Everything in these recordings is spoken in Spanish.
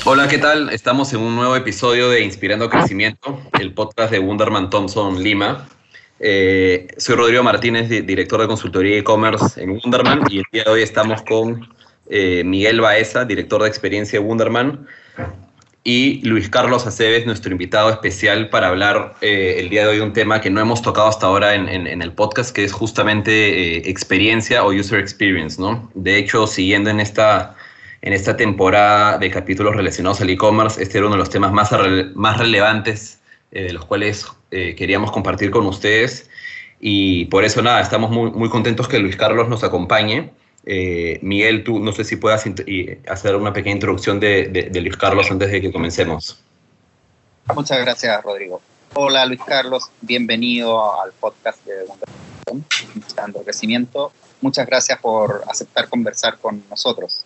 Hola, ¿qué tal? Estamos en un nuevo episodio de Inspirando Crecimiento, el podcast de Wunderman Thompson Lima. Soy Rodrigo Martínez, director de consultoría e-commerce en Wunderman, y el día de hoy estamos con Miguel Baeza, director de experiencia de Wunderman, y Luis Carlos Aceves, nuestro invitado especial para hablar el día de hoy de un tema que no hemos tocado hasta ahora en el podcast, que es justamente experiencia o user experience, ¿no? De hecho, siguiendo en esta temporada de capítulos relacionados al e-commerce, este era uno de los temas más relevantes de los cuales queríamos compartir con ustedes. Y por eso, nada, estamos muy contentos que Luis Carlos nos acompañe. Miguel, tú no sé si puedas hacer una pequeña introducción de Luis Carlos antes de que comencemos. Muchas gracias, Rodrigo. Hola, Luis Carlos. Bienvenido al podcast de Inspirando Crecimiento. Muchas gracias por aceptar conversar con nosotros.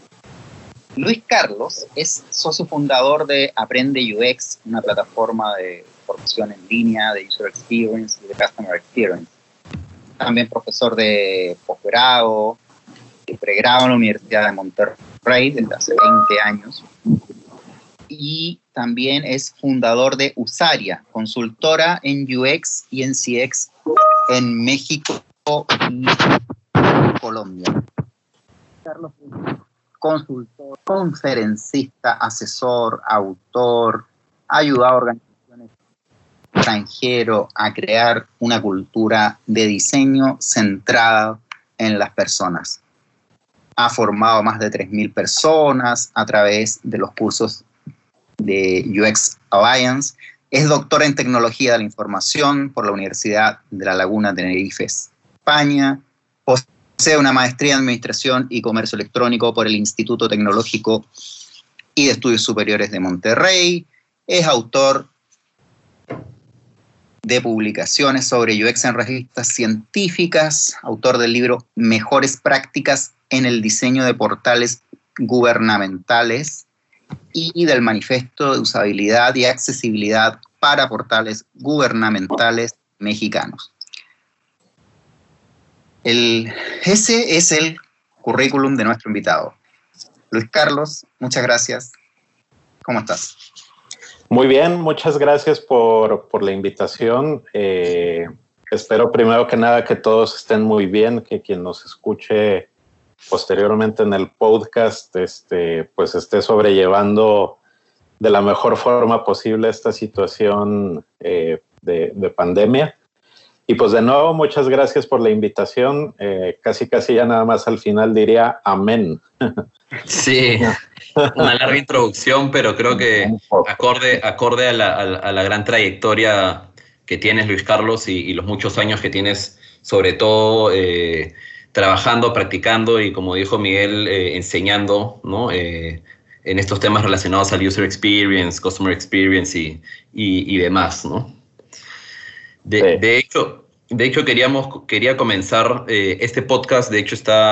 Luis Carlos es socio fundador de Aprende UX, una plataforma de formación en línea de User Experience y de Customer Experience. También profesor de posgrado, de pregrado en la Universidad de Monterrey desde hace 20 años. Y también es fundador de Usaria, consultora en UX y en CX en México y Colombia. Carlos es consultor, conferencista, asesor, autor, ha ayudado a organizaciones extranjeras a crear una cultura de diseño centrada en las personas. Ha formado más de 3.000 personas a través de los cursos de UX Alliance. Es doctor en Tecnología de la Información por la Universidad de La Laguna, Tenerife, España. Posee una maestría en Administración y Comercio Electrónico por el Instituto Tecnológico y de Estudios Superiores de Monterrey. Es autor de publicaciones sobre UX en revistas científicas, autor del libro Mejores Prácticas en el Diseño de Portales Gubernamentales y del Manifiesto de Usabilidad y Accesibilidad para Portales Gubernamentales Mexicanos. Ese es el currículum de nuestro invitado. Luis Carlos, muchas gracias. ¿Cómo estás? Muy bien, muchas gracias por la invitación. Espero primero que nada que todos estén muy bien, que quien nos escuche posteriormente en el podcast pues esté sobrellevando de la mejor forma posible esta situación de pandemia. Y pues de nuevo, muchas gracias por la invitación. Casi ya nada más al final diría amén. Sí, una larga introducción, pero creo que acorde a la gran trayectoria que tienes, Luis Carlos, y los muchos años que tienes, sobre todo trabajando, practicando y, como dijo Miguel, enseñando, ¿no? En estos temas relacionados al User Experience, Customer Experience y demás, ¿no? De hecho, quería comenzar este podcast. De hecho,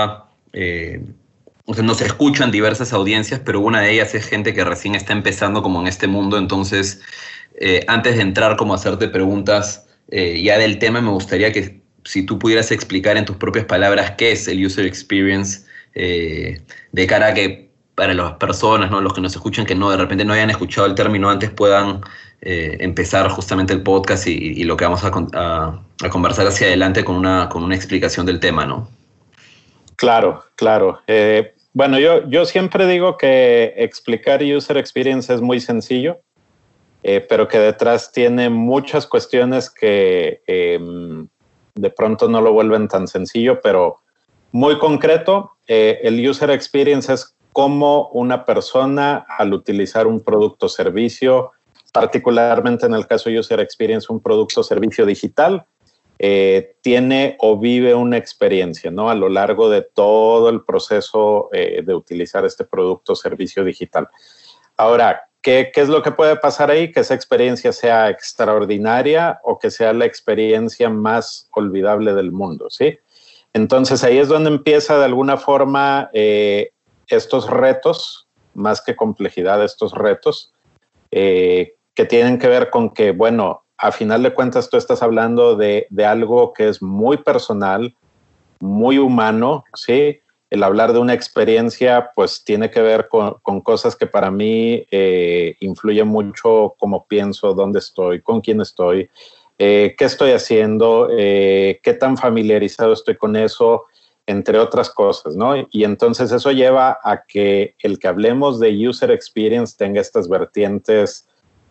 nos escuchan diversas audiencias, pero una de ellas es gente que recién está empezando como en este mundo. Entonces, antes de entrar como a hacerte preguntas ya del tema, me gustaría que si tú pudieras explicar en tus propias palabras qué es el User Experience, de cara a que para las personas, ¿no?, los que nos escuchan, que de repente no hayan escuchado el término antes, puedan empezar justamente el podcast y lo que vamos a conversar hacia adelante con una explicación del tema, ¿no? Claro. Bueno, yo siempre digo que explicar User Experience es muy sencillo, pero que detrás tiene muchas cuestiones que de pronto no lo vuelven tan sencillo, pero muy concreto. El User Experience es cómo una persona, al utilizar un producto o servicio, particularmente en el caso de User Experience, un producto o servicio digital, tiene o vive una experiencia, ¿no?, a lo largo de todo el proceso de utilizar este producto o servicio digital. Ahora, ¿qué es lo que puede pasar ahí? Que esa experiencia sea extraordinaria o que sea la experiencia más olvidable del mundo, ¿sí? Entonces, ahí es donde empieza de alguna forma estos retos, más que complejidad, estos retos que tienen que ver con que, bueno, a final de cuentas tú estás hablando de algo que es muy personal, muy humano, ¿sí? el hablar de una experiencia, pues tiene que ver con cosas que para mí influyen mucho cómo pienso, dónde estoy, con quién estoy, qué estoy haciendo, qué tan familiarizado estoy con eso, entre otras cosas, ¿no? Y entonces eso lleva a que el que hablemos de user experience tenga estas vertientes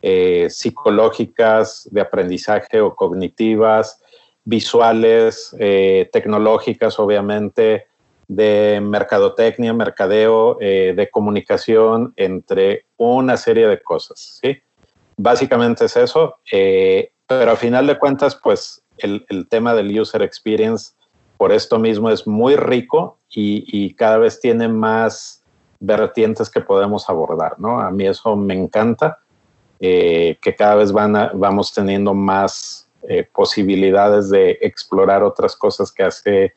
psicológicas, de aprendizaje o cognitivas, visuales, tecnológicas, obviamente, de mercadotecnia, mercadeo, de comunicación, entre una serie de cosas, ¿sí? Básicamente es eso, pero a final de cuentas, pues el tema del user experience por esto mismo es muy rico y cada vez tiene más vertientes que podemos abordar, ¿no? A mí eso me encanta, que cada vez vamos teniendo más posibilidades de explorar otras cosas que hace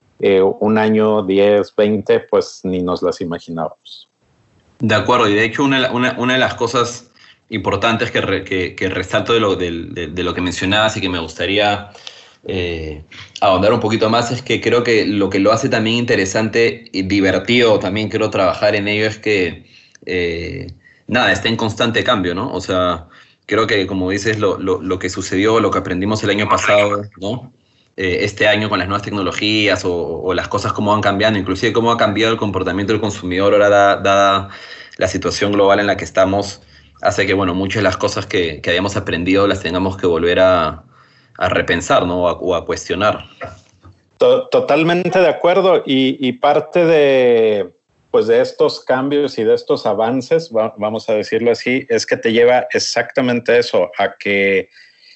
un año, 10, 20, pues ni nos las imaginábamos. De acuerdo, y de hecho una de las cosas importantes que resalto de lo que mencionabas y que me gustaría ahondar un poquito más es que creo que lo hace también interesante y divertido, también quiero trabajar en ello, es que nada, está en constante cambio, ¿no? O sea, creo que como dices, lo que sucedió, lo que aprendimos el año pasado, ¿no? Este año con las nuevas tecnologías o las cosas cómo van cambiando, inclusive cómo ha cambiado el comportamiento del consumidor ahora dada la situación global en la que estamos, hace que, bueno, muchas de las cosas que habíamos aprendido las tengamos que volver a repensar, ¿no? O a cuestionar. Totalmente de acuerdo, y parte de, pues, de estos cambios y de estos avances, vamos a decirlo así, es que te lleva exactamente eso, a que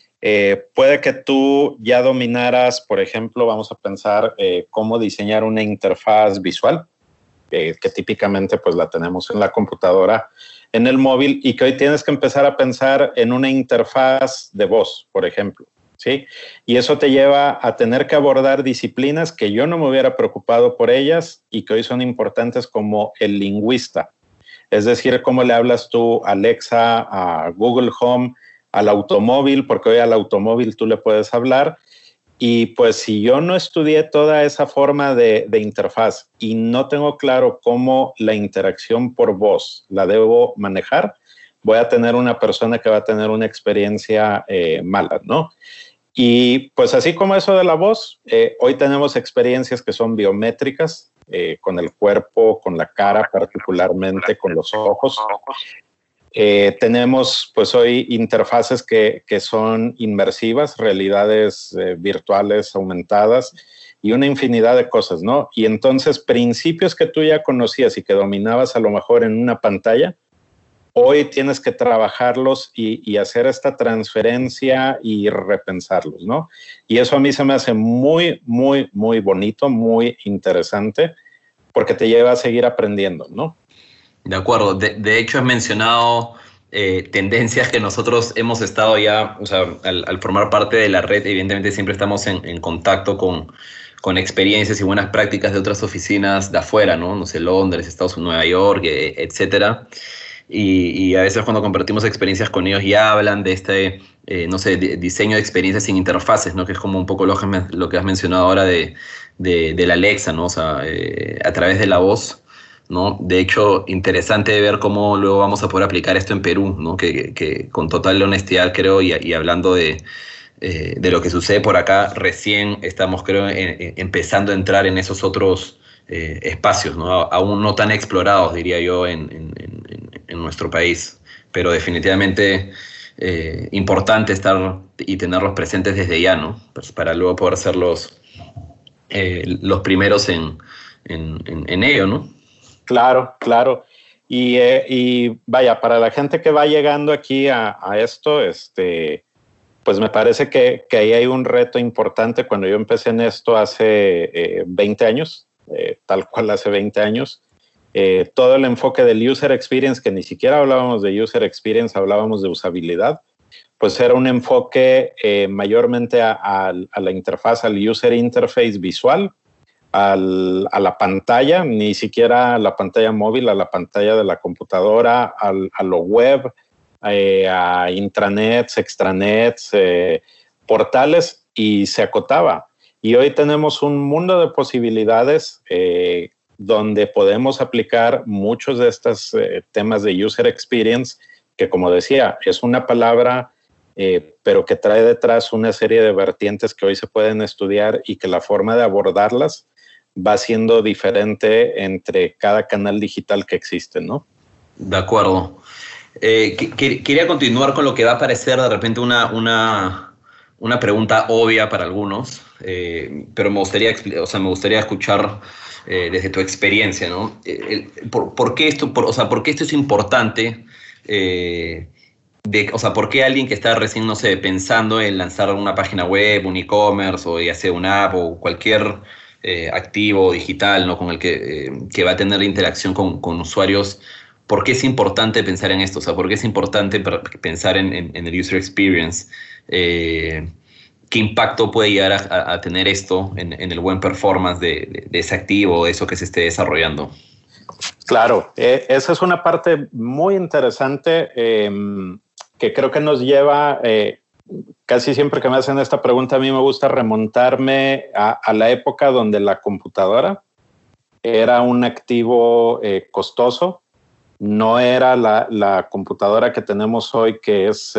puede que tú ya dominaras, por ejemplo, vamos a pensar cómo diseñar una interfaz visual, que típicamente pues la tenemos en la computadora, en el móvil, y que hoy tienes que empezar a pensar en una interfaz de voz, por ejemplo, ¿sí? Y eso te lleva a tener que abordar disciplinas que yo no me hubiera preocupado por ellas y que hoy son importantes, como el lingüista. Es decir, cómo le hablas tú a Alexa, a Google Home, al automóvil, porque hoy al automóvil tú le puedes hablar. Y pues si yo no estudié toda esa forma de interfaz y no tengo claro cómo la interacción por voz la debo manejar, voy a tener una persona que va a tener una experiencia mala, ¿no? Y pues así como eso de la voz, hoy tenemos experiencias que son biométricas, con el cuerpo, con la cara, particularmente con los ojos. Tenemos pues hoy interfaces que son inmersivas, realidades virtuales aumentadas y una infinidad de cosas, ¿no? Y entonces principios que tú ya conocías y que dominabas a lo mejor en una pantalla, hoy tienes que trabajarlos y hacer esta transferencia y repensarlos, ¿no? Y eso a mí se me hace muy, muy, muy bonito, muy interesante, porque te lleva a seguir aprendiendo, ¿no? De acuerdo. De hecho, has mencionado tendencias que nosotros hemos estado ya, o sea, al formar parte de la red, evidentemente siempre estamos en contacto con experiencias y buenas prácticas de otras oficinas de afuera, ¿no? No sé, Londres, Estados Unidos, Nueva York, etcétera. Y a veces cuando compartimos experiencias con ellos ya hablan de este, no sé, diseño de experiencias sin interfaces, ¿no? Que es como un poco lo que has mencionado ahora de la Alexa, ¿no? O sea, a través de la voz, ¿no? De hecho, interesante ver cómo luego vamos a poder aplicar esto en Perú, ¿no? Que con total honestidad creo, y hablando de lo que sucede por acá, recién estamos, creo, empezando a entrar en esos otros espacios, ¿no? Aún no tan explorados, diría yo, en nuestro país, pero definitivamente importante estar y tenerlos presentes desde ya, ¿no? Pues para luego poder ser los primeros en ello, ¿no? Claro, claro. Y vaya, para la gente que va llegando aquí a esto, pues me parece que ahí hay un reto importante. Cuando yo empecé en esto hace 20 años, tal cual hace 20 años, todo el enfoque del user experience, que ni siquiera hablábamos de user experience, hablábamos de usabilidad, pues era un enfoque mayormente a la interfaz, al user interface visual, a la pantalla, ni siquiera a la pantalla móvil, a la pantalla de la computadora, a lo web, a intranets, extranets, portales, y se acotaba. Y hoy tenemos un mundo de posibilidades donde podemos aplicar muchos de estos temas de user experience, que como decía, es una palabra, pero que trae detrás una serie de vertientes que hoy se pueden estudiar y que la forma de abordarlas va siendo diferente entre cada canal digital que existe, ¿no? De acuerdo. Quería continuar con lo que va a parecer de repente una pregunta obvia para algunos, pero me gustaría escuchar desde tu experiencia, ¿no? ¿Por qué esto es importante? ¿Por qué alguien que está recién, no sé, pensando en lanzar una página web, un e-commerce, o ya sea una app o cualquier activo digital, ¿no? Con el que va a tener interacción con usuarios, ¿por qué es importante pensar en esto? O sea, ¿por qué es importante pensar en el user experience? ¿Qué impacto puede llegar a tener esto en el buen performance de ese activo, de eso que se esté desarrollando? Claro, esa es una parte muy interesante que creo que nos lleva, casi siempre que me hacen esta pregunta, a mí me gusta remontarme a la época donde la computadora era un activo costoso. No era la computadora que tenemos hoy, que es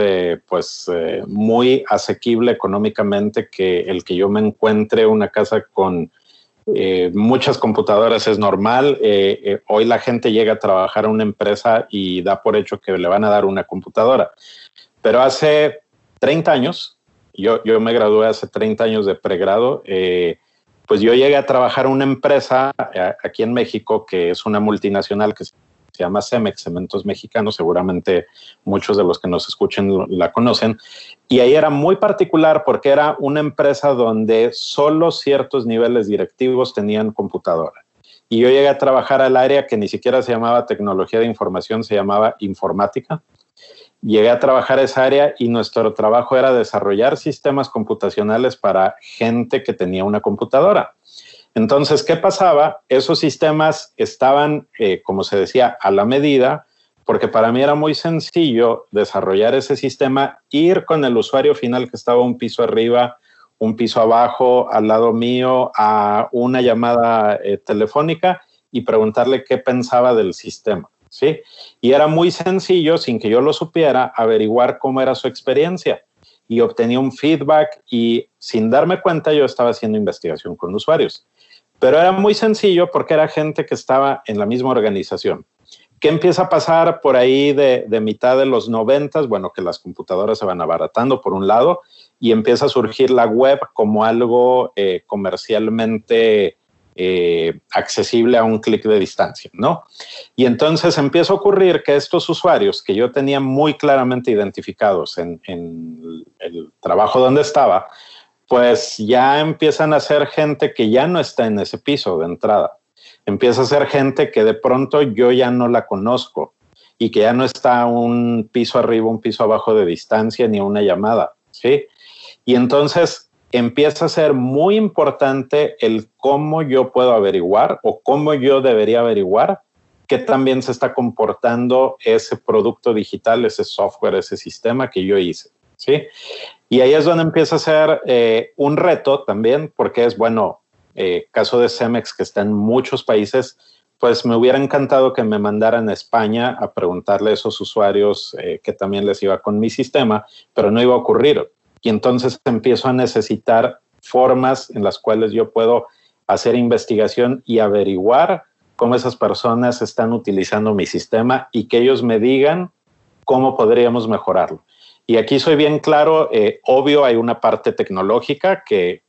muy asequible económicamente, que el que yo me encuentre una casa con muchas computadoras es normal. Hoy la gente llega a trabajar a una empresa y da por hecho que le van a dar una computadora. Pero hace 30 años, yo me gradué hace 30 años de pregrado, pues yo llegué a trabajar en una empresa aquí en México, que es una multinacional que se llama Cemex, Cementos Mexicanos. Seguramente muchos de los que nos escuchen la conocen. Y ahí era muy particular porque era una empresa donde solo ciertos niveles directivos tenían computadora. Y yo llegué a trabajar al área que ni siquiera se llamaba tecnología de información, se llamaba informática. Llegué a trabajar esa área y nuestro trabajo era desarrollar sistemas computacionales para gente que tenía una computadora. Entonces, ¿qué pasaba? Esos sistemas estaban, como se decía, a la medida, porque para mí era muy sencillo desarrollar ese sistema, ir con el usuario final que estaba un piso arriba, un piso abajo, al lado mío, a una llamada telefónica y preguntarle qué pensaba del sistema, ¿sí? Y era muy sencillo, sin que yo lo supiera, averiguar cómo era su experiencia. Y obtenía un feedback y sin darme cuenta yo estaba haciendo investigación con usuarios. Pero era muy sencillo porque era gente que estaba en la misma organización. ¿Qué empieza a pasar por ahí de mitad de los 90? Bueno, que las computadoras se van abaratando por un lado y empieza a surgir la web como algo comercialmente accesible a un clic de distancia, ¿no? Y entonces empieza a ocurrir que estos usuarios que yo tenía muy claramente identificados en el trabajo donde estaba, pues ya empiezan a ser gente que ya no está en ese piso de entrada. Empieza a ser gente que de pronto yo ya no la conozco y que ya no está un piso arriba, un piso abajo de distancia ni una llamada, ¿sí? Y entonces empieza a ser muy importante el cómo yo puedo averiguar o cómo yo debería averiguar qué también se está comportando ese producto digital, ese software, ese sistema que yo hice, ¿sí? Y ahí es donde empieza a ser un reto también, porque es, bueno, caso de Cemex, que está en muchos países, pues me hubiera encantado que me mandaran a España a preguntarle a esos usuarios que también les iba con mi sistema, pero no iba a ocurrir. Y entonces empiezo a necesitar formas en las cuales yo puedo hacer investigación y averiguar cómo esas personas están utilizando mi sistema y que ellos me digan cómo podríamos mejorarlo. Y aquí soy bien claro, obvio hay una parte tecnológica que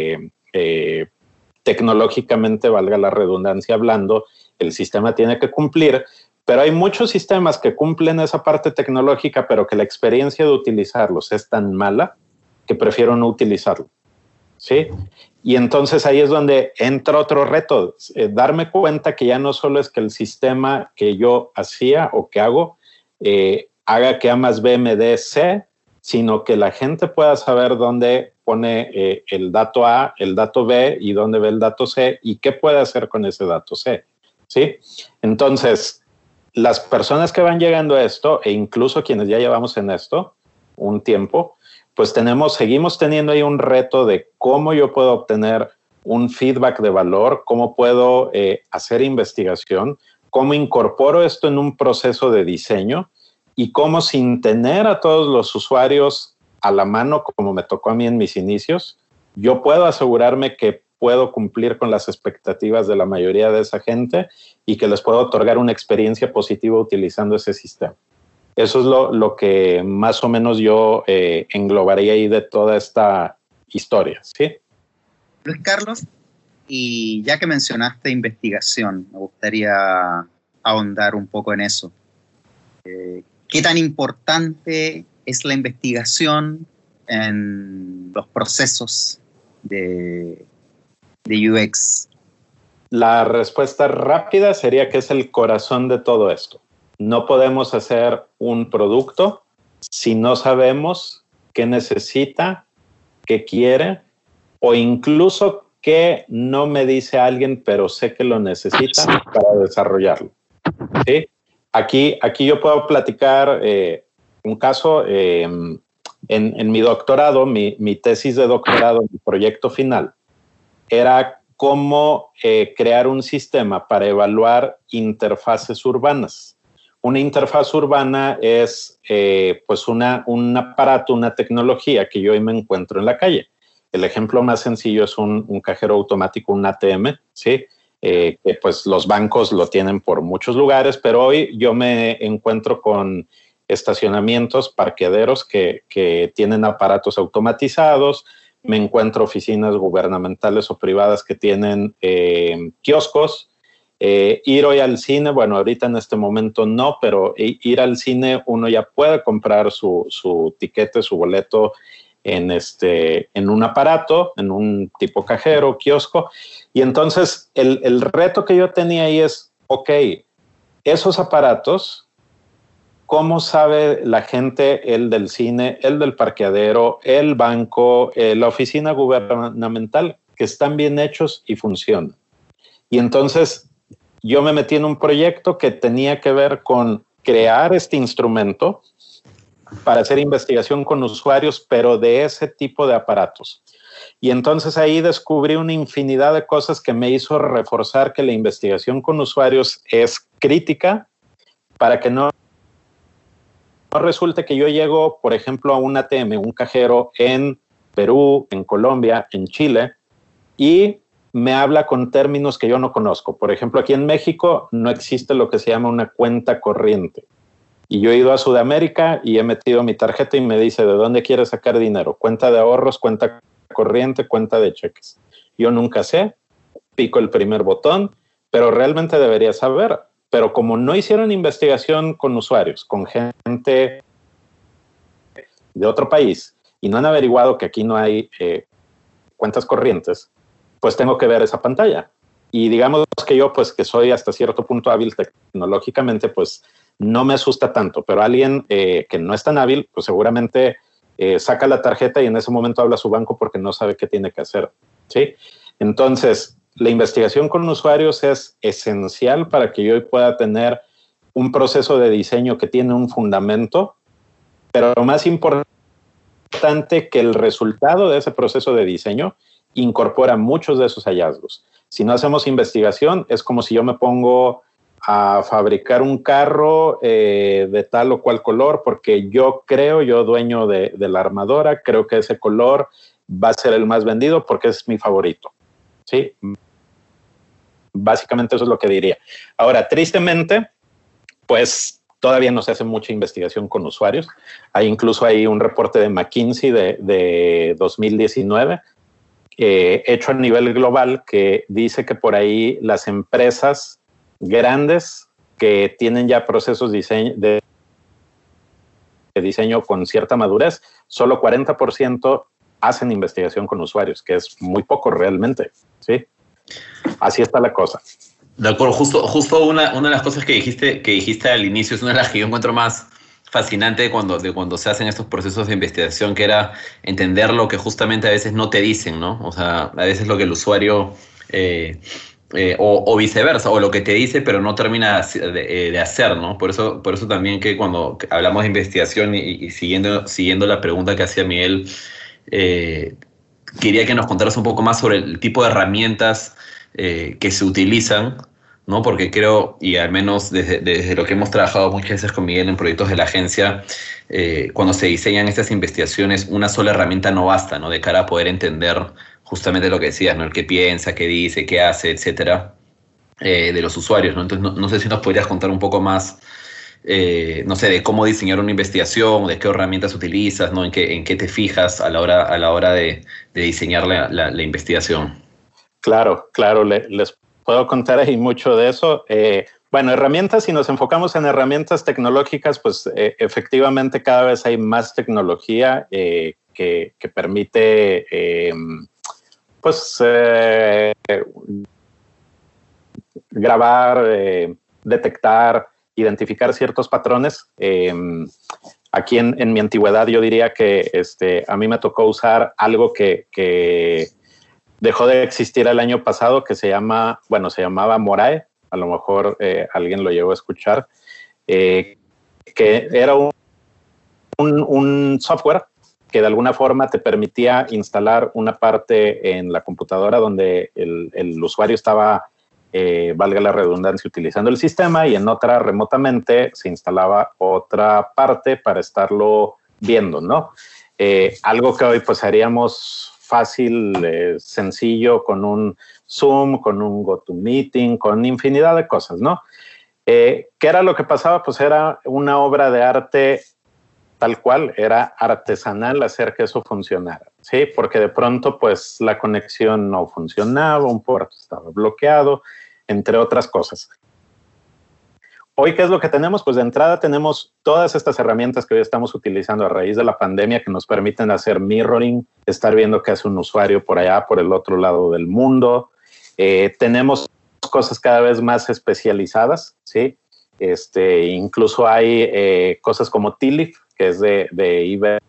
tecnológicamente, valga la redundancia hablando, el sistema tiene que cumplir, pero hay muchos sistemas que cumplen esa parte tecnológica, pero que la experiencia de utilizarlos es tan mala que prefiero no utilizarlo, ¿sí? Y entonces ahí es donde entra otro reto, darme cuenta que ya no solo es que el sistema que yo hacía o que hago haga que A más B me dé C, sino que la gente pueda saber dónde pone el dato A, el dato B y dónde ve el dato C y qué puede hacer con ese dato C, ¿sí? Entonces, las personas que van llegando a esto, e incluso quienes ya llevamos en esto un tiempo, pues seguimos teniendo ahí un reto de cómo yo puedo obtener un feedback de valor, cómo puedo hacer investigación, cómo incorporo esto en un proceso de diseño y cómo, sin tener a todos los usuarios a la mano, como me tocó a mí en mis inicios, yo puedo asegurarme que puedo cumplir con las expectativas de la mayoría de esa gente y que les puedo otorgar una experiencia positiva utilizando ese sistema. Eso es lo que más o menos yo englobaría ahí de toda esta historia, ¿sí? Luis Carlos, y ya que mencionaste investigación, me gustaría ahondar un poco en eso. ¿Qué tan importante es la investigación en los procesos de UX? La respuesta rápida sería que es el corazón de todo esto. No podemos hacer un producto si no sabemos qué necesita, qué quiere, o incluso qué no me dice alguien, pero sé que lo necesita para desarrollarlo. ¿Sí? Aquí yo puedo platicar un caso. En mi doctorado, mi tesis de doctorado, mi proyecto final, era cómo crear un sistema para evaluar interfaces urbanas. Una interfaz urbana es pues un aparato, una tecnología que yo hoy me encuentro en la calle. El ejemplo más sencillo es un cajero automático, un ATM, ¿sí? Que pues los bancos lo tienen por muchos lugares, pero hoy yo me encuentro con estacionamientos, parqueaderos que tienen aparatos automatizados. Me encuentro oficinas gubernamentales o privadas que tienen kioscos. Ir hoy al cine, bueno, ahorita en este momento no, pero ir al cine uno ya puede comprar su tiquete, su boleto en un aparato, en un tipo cajero, kiosco. Y entonces el reto que yo tenía ahí es, ok, esos aparatos, ¿cómo sabe la gente, el del cine, el del parqueadero, el banco, la oficina gubernamental, que están bien hechos y funcionan? Y entonces yo me metí en un proyecto que tenía que ver con crear este instrumento para hacer investigación con usuarios, pero de ese tipo de aparatos. Y entonces ahí descubrí una infinidad de cosas que me hizo reforzar que la investigación con usuarios es crítica para que no resulte que yo llego, por ejemplo, a un ATM, un cajero en Perú, en Colombia, en Chile, y me habla con términos que yo no conozco. Por ejemplo, aquí en México no existe lo que se llama una cuenta corriente. Y yo he ido a Sudamérica y he metido mi tarjeta y me dice, ¿de dónde quieres sacar dinero? Cuenta de ahorros, cuenta corriente, cuenta de cheques. Yo nunca sé, pico el primer botón, pero realmente debería saber. Pero como no hicieron investigación con usuarios, con gente de otro país, y no han averiguado que aquí no hay cuentas corrientes, pues tengo que ver esa pantalla. Y digamos que yo, pues que soy hasta cierto punto hábil tecnológicamente, pues no me asusta tanto, pero alguien que no es tan hábil, pues seguramente saca la tarjeta y en ese momento habla a su banco porque no sabe qué tiene que hacer, ¿sí? Entonces, la investigación con usuarios es esencial para que yo pueda tener un proceso de diseño que tiene un fundamento, pero lo más importante que el resultado de ese proceso de diseño incorpora muchos de esos hallazgos. Si no hacemos investigación, es como si yo me pongo a fabricar un carro de tal o cual color, porque yo dueño de la armadora, creo que ese color va a ser el más vendido porque es mi favorito, ¿sí? Básicamente eso es lo que diría. Ahora, tristemente, pues todavía no se hace mucha investigación con usuarios. Hay incluso ahí un reporte de McKinsey de 2019 hecho a nivel global que dice que por ahí las empresas grandes que tienen ya procesos de diseño con cierta madurez, solo 40% hacen investigación con usuarios, que es muy poco realmente, ¿sí? Así está la cosa. De acuerdo, justo una de las cosas que dijiste al inicio es una de las que yo encuentro más fascinante de cuando se hacen estos procesos de investigación, que era entender lo que justamente a veces no te dicen, ¿no? O sea, a veces lo que el usuario o viceversa, o lo que te dice pero no termina de hacer, ¿no? Por eso también que cuando hablamos de investigación y siguiendo la pregunta que hacía Miguel, quería que nos contaras un poco más sobre el tipo de herramientas que se utilizan, ¿no? Porque creo, y al menos desde lo que hemos trabajado muchas veces con Miguel en proyectos de la agencia, cuando se diseñan estas investigaciones, una sola herramienta no basta, ¿no? De cara a poder entender justamente lo que decías, ¿no? El qué piensa, qué dice, qué hace, etcétera, de los usuarios, ¿no? Entonces, no sé si nos podrías contar un poco más, no sé, de cómo diseñar una investigación, de qué herramientas utilizas, ¿no? En qué te fijas a la hora de diseñar la investigación. Claro, les puedo contar ahí mucho de eso. Bueno, herramientas, si nos enfocamos en herramientas tecnológicas, pues efectivamente cada vez hay más tecnología que permite grabar, detectar, identificar ciertos patrones. Aquí en mi antigüedad yo diría que a mí me tocó usar algo que dejó de existir el año pasado, que se llamaba Morae. A lo mejor alguien lo llegó a escuchar, que era un software que de alguna forma te permitía instalar una parte en la computadora donde el usuario estaba, valga la redundancia, utilizando el sistema, y en otra remotamente se instalaba otra parte para estarlo viendo, ¿no? Algo que hoy pues haríamos fácil, sencillo, con un Zoom, con un GoToMeeting, con infinidad de cosas, ¿no? ¿Qué era lo que pasaba? Pues era una obra de arte tal cual, era artesanal hacer que eso funcionara, ¿sí? Porque de pronto, pues, la conexión no funcionaba, un puerto estaba bloqueado, entre otras cosas. Hoy, ¿qué es lo que tenemos? Pues de entrada tenemos todas estas herramientas que hoy estamos utilizando a raíz de la pandemia que nos permiten hacer mirroring, estar viendo qué hace un usuario por allá, por el otro lado del mundo. Tenemos cosas cada vez más especializadas, ¿sí? Incluso hay cosas como TILIF, que es de IBM,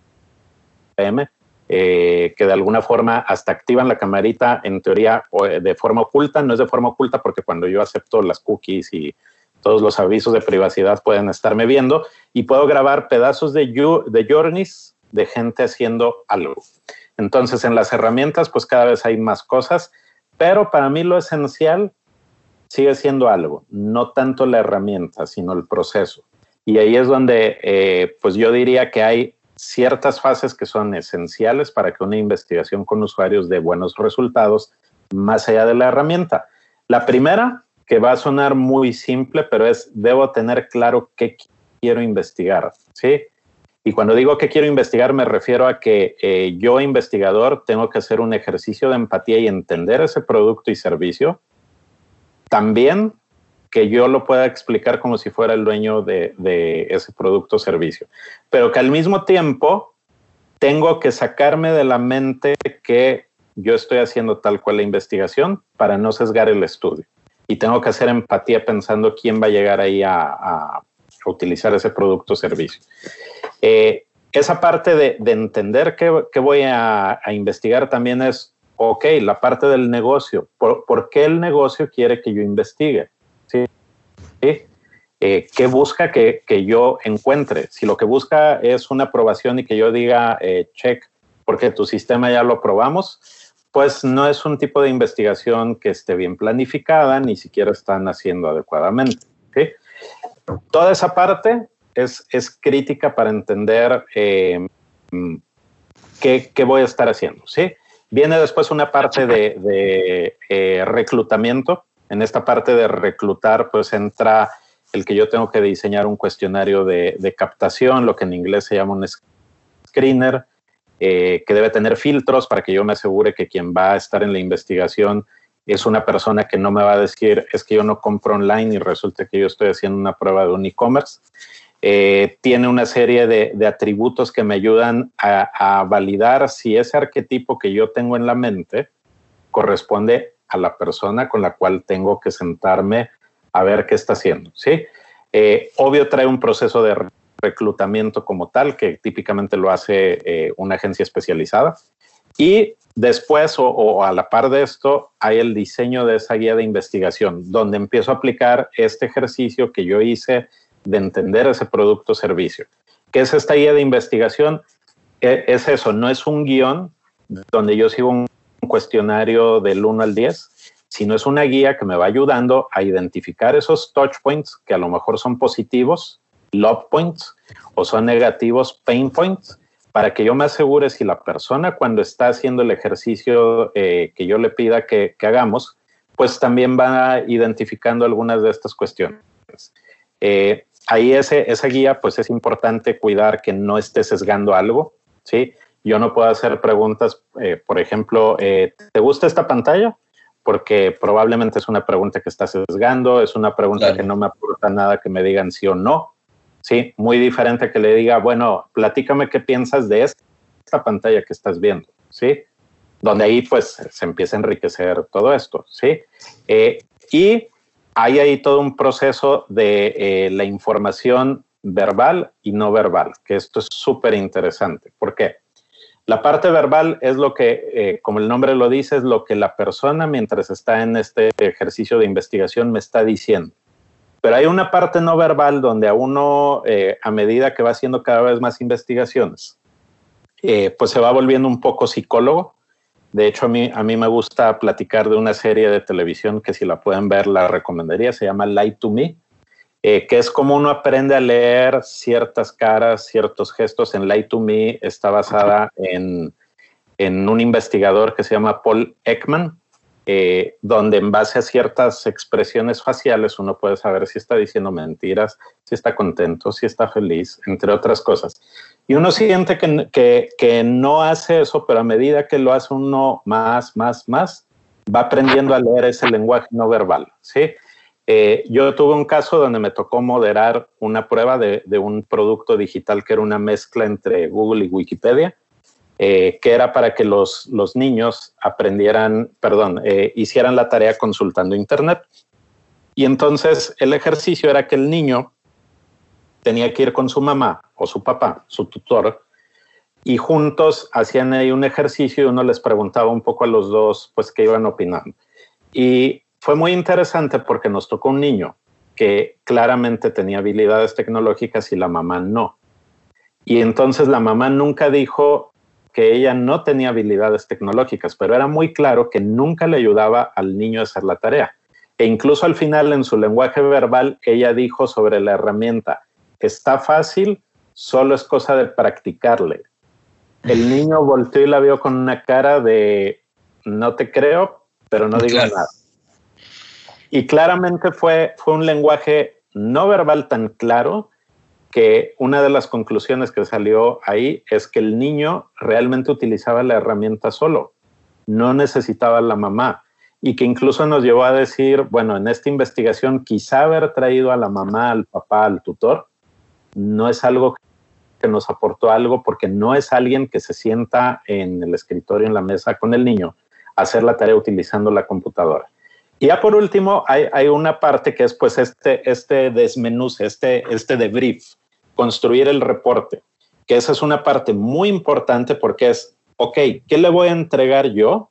que de alguna forma hasta activan la camarita, en teoría, de forma oculta. No es de forma oculta porque cuando yo acepto las cookies y todos los avisos de privacidad pueden estarme viendo, y puedo grabar pedazos de journeys de gente haciendo algo. Entonces, en las herramientas, pues cada vez hay más cosas, pero para mí lo esencial sigue siendo algo, no tanto la herramienta, sino el proceso. Y ahí es donde, pues yo diría que hay ciertas fases que son esenciales para que una investigación con usuarios dé buenos resultados, más allá de la herramienta. La primera, que va a sonar muy simple, pero debo tener claro qué quiero investigar, ¿sí? Y cuando digo que quiero investigar, me refiero a que yo, investigador, tengo que hacer un ejercicio de empatía y entender ese producto y servicio. También que yo lo pueda explicar como si fuera el dueño de ese producto o servicio. Pero que al mismo tiempo tengo que sacarme de la mente que yo estoy haciendo tal cual la investigación para no sesgar el estudio. Y tengo que hacer empatía pensando quién va a llegar ahí a utilizar ese producto o servicio. Esa parte de entender qué voy a investigar también es, ok, la parte del negocio. ¿Por qué el negocio quiere que yo investigue? ¿Sí? ¿Qué busca que yo encuentre? Si lo que busca es una aprobación y que yo diga, check, porque tu sistema ya lo aprobamos, pues no es un tipo de investigación que esté bien planificada, ni siquiera están haciendo adecuadamente. ¿Sí? Toda esa parte es crítica para entender qué voy a estar haciendo. ¿Sí? Viene después una parte de reclutamiento. En esta parte de reclutar, pues entra el que yo tengo que diseñar un cuestionario de captación, lo que en inglés se llama un screener, que debe tener filtros para que yo me asegure que quien va a estar en la investigación es una persona que no me va a decir, es que yo no compro online y resulta que yo estoy haciendo una prueba de un e-commerce. Tiene una serie de atributos que me ayudan a validar si ese arquetipo que yo tengo en la mente corresponde a la persona con la cual tengo que sentarme a ver qué está haciendo, ¿sí? Obvio trae un proceso de reclutamiento como tal, que típicamente lo hace una agencia especializada. Y después, o a la par de esto, hay el diseño de esa guía de investigación, donde empiezo a aplicar este ejercicio que yo hice de entender ese producto o servicio. ¿Qué es esta guía de investigación? Es eso, no es un guión donde yo sigo un cuestionario del 1 al 10, sino es una guía que me va ayudando a identificar esos touch points que a lo mejor son positivos, love points, o son negativos, pain points, para que yo me asegure si la persona cuando está haciendo el ejercicio que yo le pida que hagamos, pues también va identificando algunas de estas cuestiones. Ahí esa guía, pues es importante cuidar que no esté sesgando algo, ¿sí? Yo no puedo hacer preguntas, por ejemplo, ¿te gusta esta pantalla? Porque probablemente es una pregunta que está sesgando, es una pregunta claro, que no me aporta nada que me digan sí o no, ¿sí? Muy diferente que le diga, bueno, platícame qué piensas de esta pantalla que estás viendo, ¿sí? Donde ahí pues se empieza a enriquecer todo esto, ¿sí? Y hay ahí todo un proceso de la información verbal y no verbal, que esto es súper interesante. ¿Por qué? La parte verbal es lo que, como el nombre lo dice, es lo que la persona mientras está en este ejercicio de investigación me está diciendo. Pero hay una parte no verbal donde a uno, a medida que va haciendo cada vez más investigaciones, pues se va volviendo un poco psicólogo. De hecho, a mí me gusta platicar de una serie de televisión que si la pueden ver la recomendaría, se llama Lie to Me, que es como uno aprende a leer ciertas caras, ciertos gestos. En Lie to Me está basada en un investigador que se llama Paul Ekman, donde en base a ciertas expresiones faciales uno puede saber si está diciendo mentiras, si está contento, si está feliz, entre otras cosas. Y uno siente que no hace eso, pero a medida que lo hace uno más, va aprendiendo a leer ese lenguaje no verbal, ¿sí? Yo tuve un caso donde me tocó moderar una prueba de un producto digital que era una mezcla entre Google y Wikipedia, que era para que los niños hicieran la tarea consultando Internet. Y entonces el ejercicio era que el niño tenía que ir con su mamá o su papá, su tutor, y juntos hacían ahí un ejercicio y uno les preguntaba un poco a los dos, pues, qué iban opinando. Y fue muy interesante porque nos tocó un niño que claramente tenía habilidades tecnológicas y la mamá no. Y entonces la mamá nunca dijo que ella no tenía habilidades tecnológicas, pero era muy claro que nunca le ayudaba al niño a hacer la tarea. E incluso al final, en su lenguaje verbal, ella dijo sobre la herramienta, está fácil, solo es cosa de practicarle. El niño volteó y la vio con una cara de no te creo, pero no digo nada. Y claramente fue un lenguaje no verbal tan claro que una de las conclusiones que salió ahí es que el niño realmente utilizaba la herramienta solo, no necesitaba a la mamá. Y que incluso nos llevó a decir, bueno, en esta investigación quizá haber traído a la mamá, al papá, al tutor, no es algo que nos aportó algo porque no es alguien que se sienta en el escritorio, en la mesa con el niño, a hacer la tarea utilizando la computadora. Y ya por último, hay una parte que es pues este desmenuce, este debrief, construir el reporte, que esa es una parte muy importante porque es, ok, ¿qué le voy a entregar yo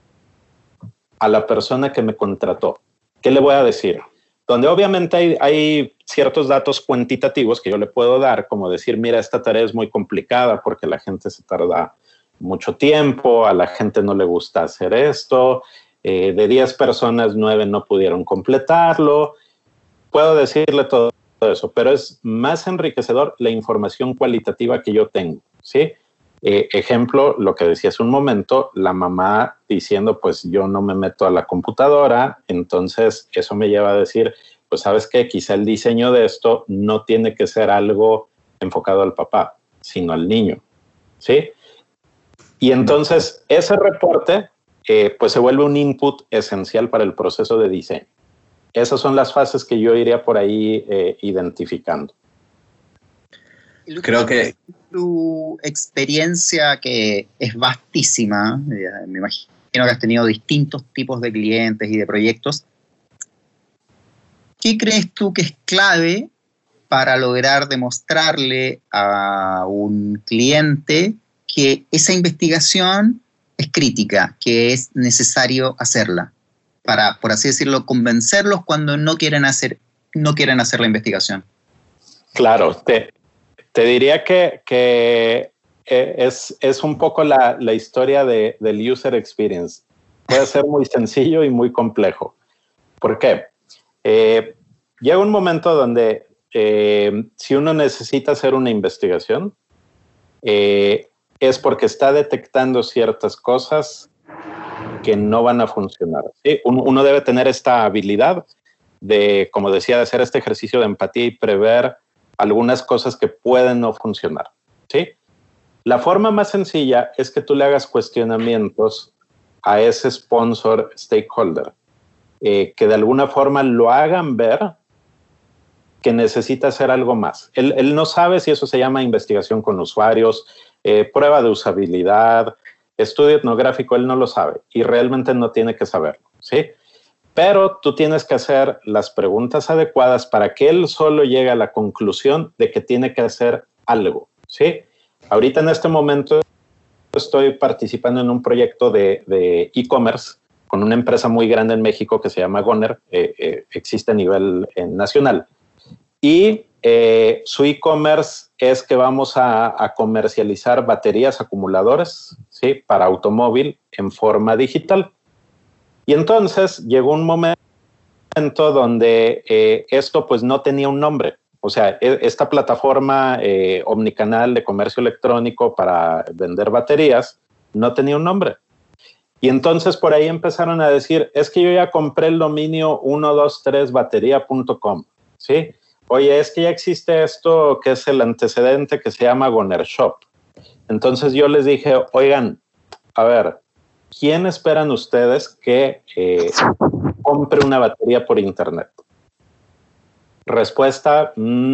a la persona que me contrató? ¿Qué le voy a decir? Donde obviamente hay ciertos datos cuantitativos que yo le puedo dar, como decir, mira, esta tarea es muy complicada porque la gente se tarda mucho tiempo, a la gente no le gusta hacer esto, de 10 personas, 9 no pudieron completarlo. Puedo decirle todo eso, pero es más enriquecedor la información cualitativa que yo tengo, ¿sí? Ejemplo, lo que decía hace un momento, la mamá diciendo, pues yo no me meto a la computadora, entonces eso me lleva a decir, pues sabes qué, quizá el diseño de esto no tiene que ser algo enfocado al papá, sino al niño, ¿sí? Y entonces ese reporte, pues se vuelve un input esencial para el proceso de diseño. Esas son las fases que yo iría por ahí identificando. Creo que tu experiencia, que es vastísima, me imagino que has tenido distintos tipos de clientes y de proyectos. ¿Qué crees tú que es clave para lograr demostrarle a un cliente que esa investigación es crítica, que es necesario hacerla? Para, por así decirlo, convencerlos cuando no quieren hacer la investigación. Claro, te diría que es un poco la historia del user experience. Puede ser muy sencillo y muy complejo. ¿Por qué? Llega un momento donde si uno necesita hacer una investigación, es porque está detectando ciertas cosas que no van a funcionar, ¿sí? Uno debe tener esta habilidad de, como decía, de hacer este ejercicio de empatía y prever algunas cosas que pueden no funcionar, ¿sí? La forma más sencilla es que tú le hagas cuestionamientos a ese sponsor stakeholder, que de alguna forma lo hagan ver que necesita hacer algo más. Él no sabe si eso se llama investigación con usuarios, prueba de usabilidad, estudio etnográfico, él no lo sabe y realmente no tiene que saberlo, ¿sí? Pero tú tienes que hacer las preguntas adecuadas para que él solo llegue a la conclusión de que tiene que hacer algo, ¿sí? Ahorita en este momento estoy participando en un proyecto de e-commerce con una empresa muy grande en México que se llama Goner, existe a nivel nacional. Y su e-commerce es que vamos a comercializar baterías acumuladores, ¿sí? Para automóvil en forma digital. Y entonces llegó un momento donde esto pues no tenía un nombre. O sea, esta plataforma omnicanal de comercio electrónico para vender baterías no tenía un nombre. Y entonces por ahí empezaron a decir, es que yo ya compré el dominio 123bateria.com, ¿sí? Oye, es que ya existe esto que es el antecedente que se llama Goner Shop. Entonces yo les dije, oigan, a ver, ¿quién esperan ustedes que compre una batería por internet? Respuesta,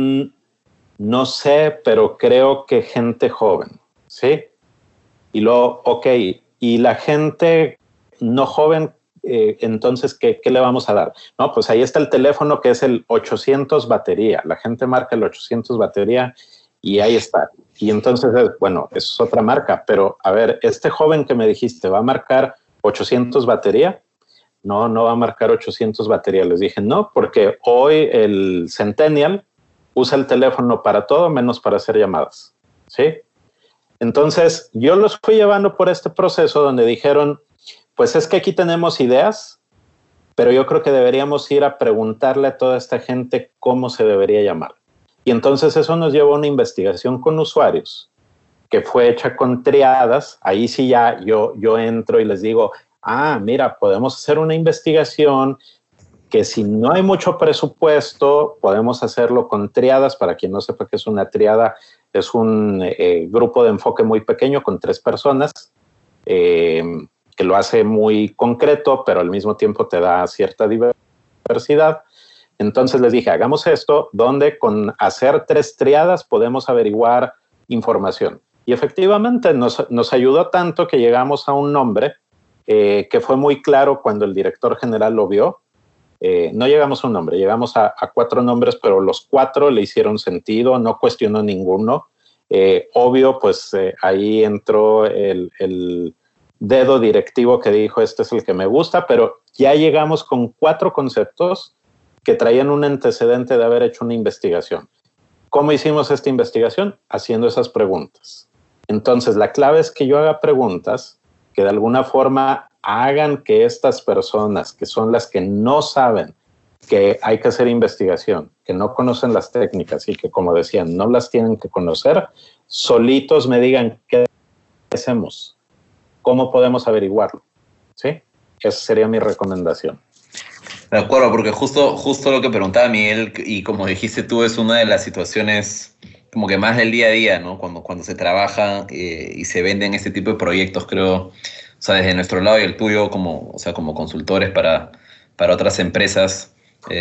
no sé, pero creo que gente joven, ¿sí? Y luego, ok, y la gente no joven, entonces, ¿qué le vamos a dar? No, pues ahí está el teléfono que es el 800 batería. La gente marca el 800 batería y ahí está. Y entonces, bueno, eso es otra marca, pero a ver, este joven que me dijiste, ¿va a marcar 800 batería? No, no va a marcar 800 batería. Les dije, no, porque hoy el Centennial usa el teléfono para todo menos para hacer llamadas, ¿sí? Entonces, yo los fui llevando por este proceso donde dijeron, pues es que aquí tenemos ideas, pero yo creo que deberíamos ir a preguntarle a toda esta gente cómo se debería llamar. Y entonces eso nos llevó a una investigación con usuarios que fue hecha con triadas. Ahí sí ya yo entro y les digo, mira, podemos hacer una investigación que si no hay mucho presupuesto, podemos hacerlo con triadas. Para quien no sepa qué es una triada, es un grupo de enfoque muy pequeño con 3 personas, que lo hace muy concreto, pero al mismo tiempo te da cierta diversidad. Entonces les dije, hagamos esto, donde con hacer 3 triadas podemos averiguar información. Y efectivamente nos ayudó tanto que llegamos a un nombre que fue muy claro cuando el director general lo vio. No llegamos a un nombre, llegamos a 4 nombres, pero los 4 le hicieron sentido, no cuestionó ninguno. Obvio, pues ahí entró el dedo directivo que dijo, este es el que me gusta, pero ya llegamos con 4 conceptos que traían un antecedente de haber hecho una investigación. ¿Cómo hicimos esta investigación? Haciendo esas preguntas. Entonces, la clave es que yo haga preguntas que de alguna forma hagan que estas personas, que son las que no saben que hay que hacer investigación, que no conocen las técnicas y que, como decían, no las tienen que conocer, solitos me digan qué hacemos, cómo podemos averiguarlo, ¿sí? Esa sería mi recomendación. De acuerdo, porque justo lo que preguntaba Miguel, y como dijiste tú, es una de las situaciones como que más del día a día, ¿no? Cuando se trabaja y se venden este tipo de proyectos, creo, o sea, desde nuestro lado y el tuyo, como consultores para otras empresas,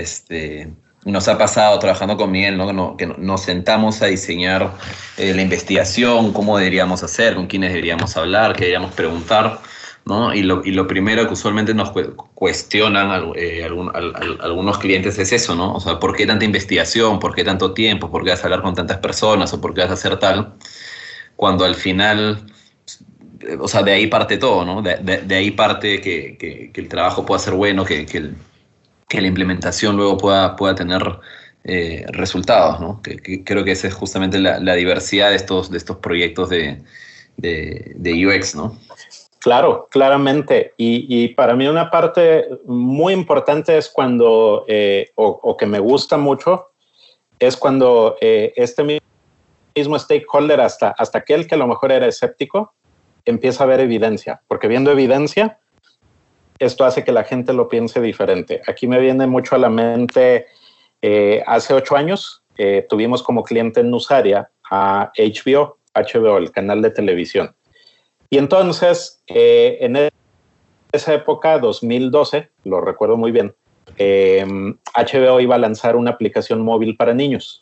nos ha pasado trabajando con Miguel, ¿no? Que nos sentamos a diseñar la investigación, cómo deberíamos hacer, con quiénes deberíamos hablar, qué deberíamos preguntar, ¿no? Y lo primero que usualmente nos cuestionan algunos clientes es eso, ¿no? O sea, ¿por qué tanta investigación? ¿Por qué tanto tiempo? ¿Por qué vas a hablar con tantas personas? ¿O por qué vas a hacer tal? Cuando al final, o sea, de ahí parte todo, ¿no? De ahí parte que el trabajo pueda ser bueno, que la implementación luego pueda tener resultados, ¿no? Que creo que esa es justamente la diversidad de estos proyectos de UX, ¿no? Claro, claramente. Y para mí una parte muy importante es cuando, o que me gusta mucho, es cuando este mismo stakeholder, hasta aquel que a lo mejor era escéptico, empieza a ver evidencia, porque viendo evidencia, esto hace que la gente lo piense diferente. Aquí me viene mucho a la mente, hace 8 años tuvimos como cliente en Nusaria a HBO, el canal de televisión. Y entonces, en esa época, 2012, lo recuerdo muy bien, HBO iba a lanzar una aplicación móvil para niños.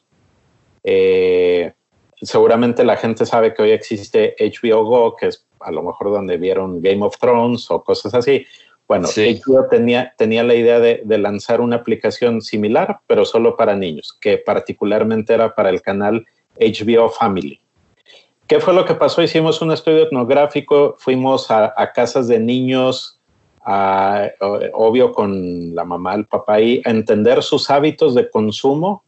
Seguramente la gente sabe que hoy existe HBO Go, que es a lo mejor donde vieron Game of Thrones o cosas así. Bueno, sí. HBO tenía la idea de lanzar una aplicación similar, pero solo para niños, que particularmente era para el canal HBO Family. ¿Qué fue lo que pasó? Hicimos un estudio etnográfico, fuimos a casas de niños, obvio con la mamá, el papá ahí, a entender sus hábitos de consumo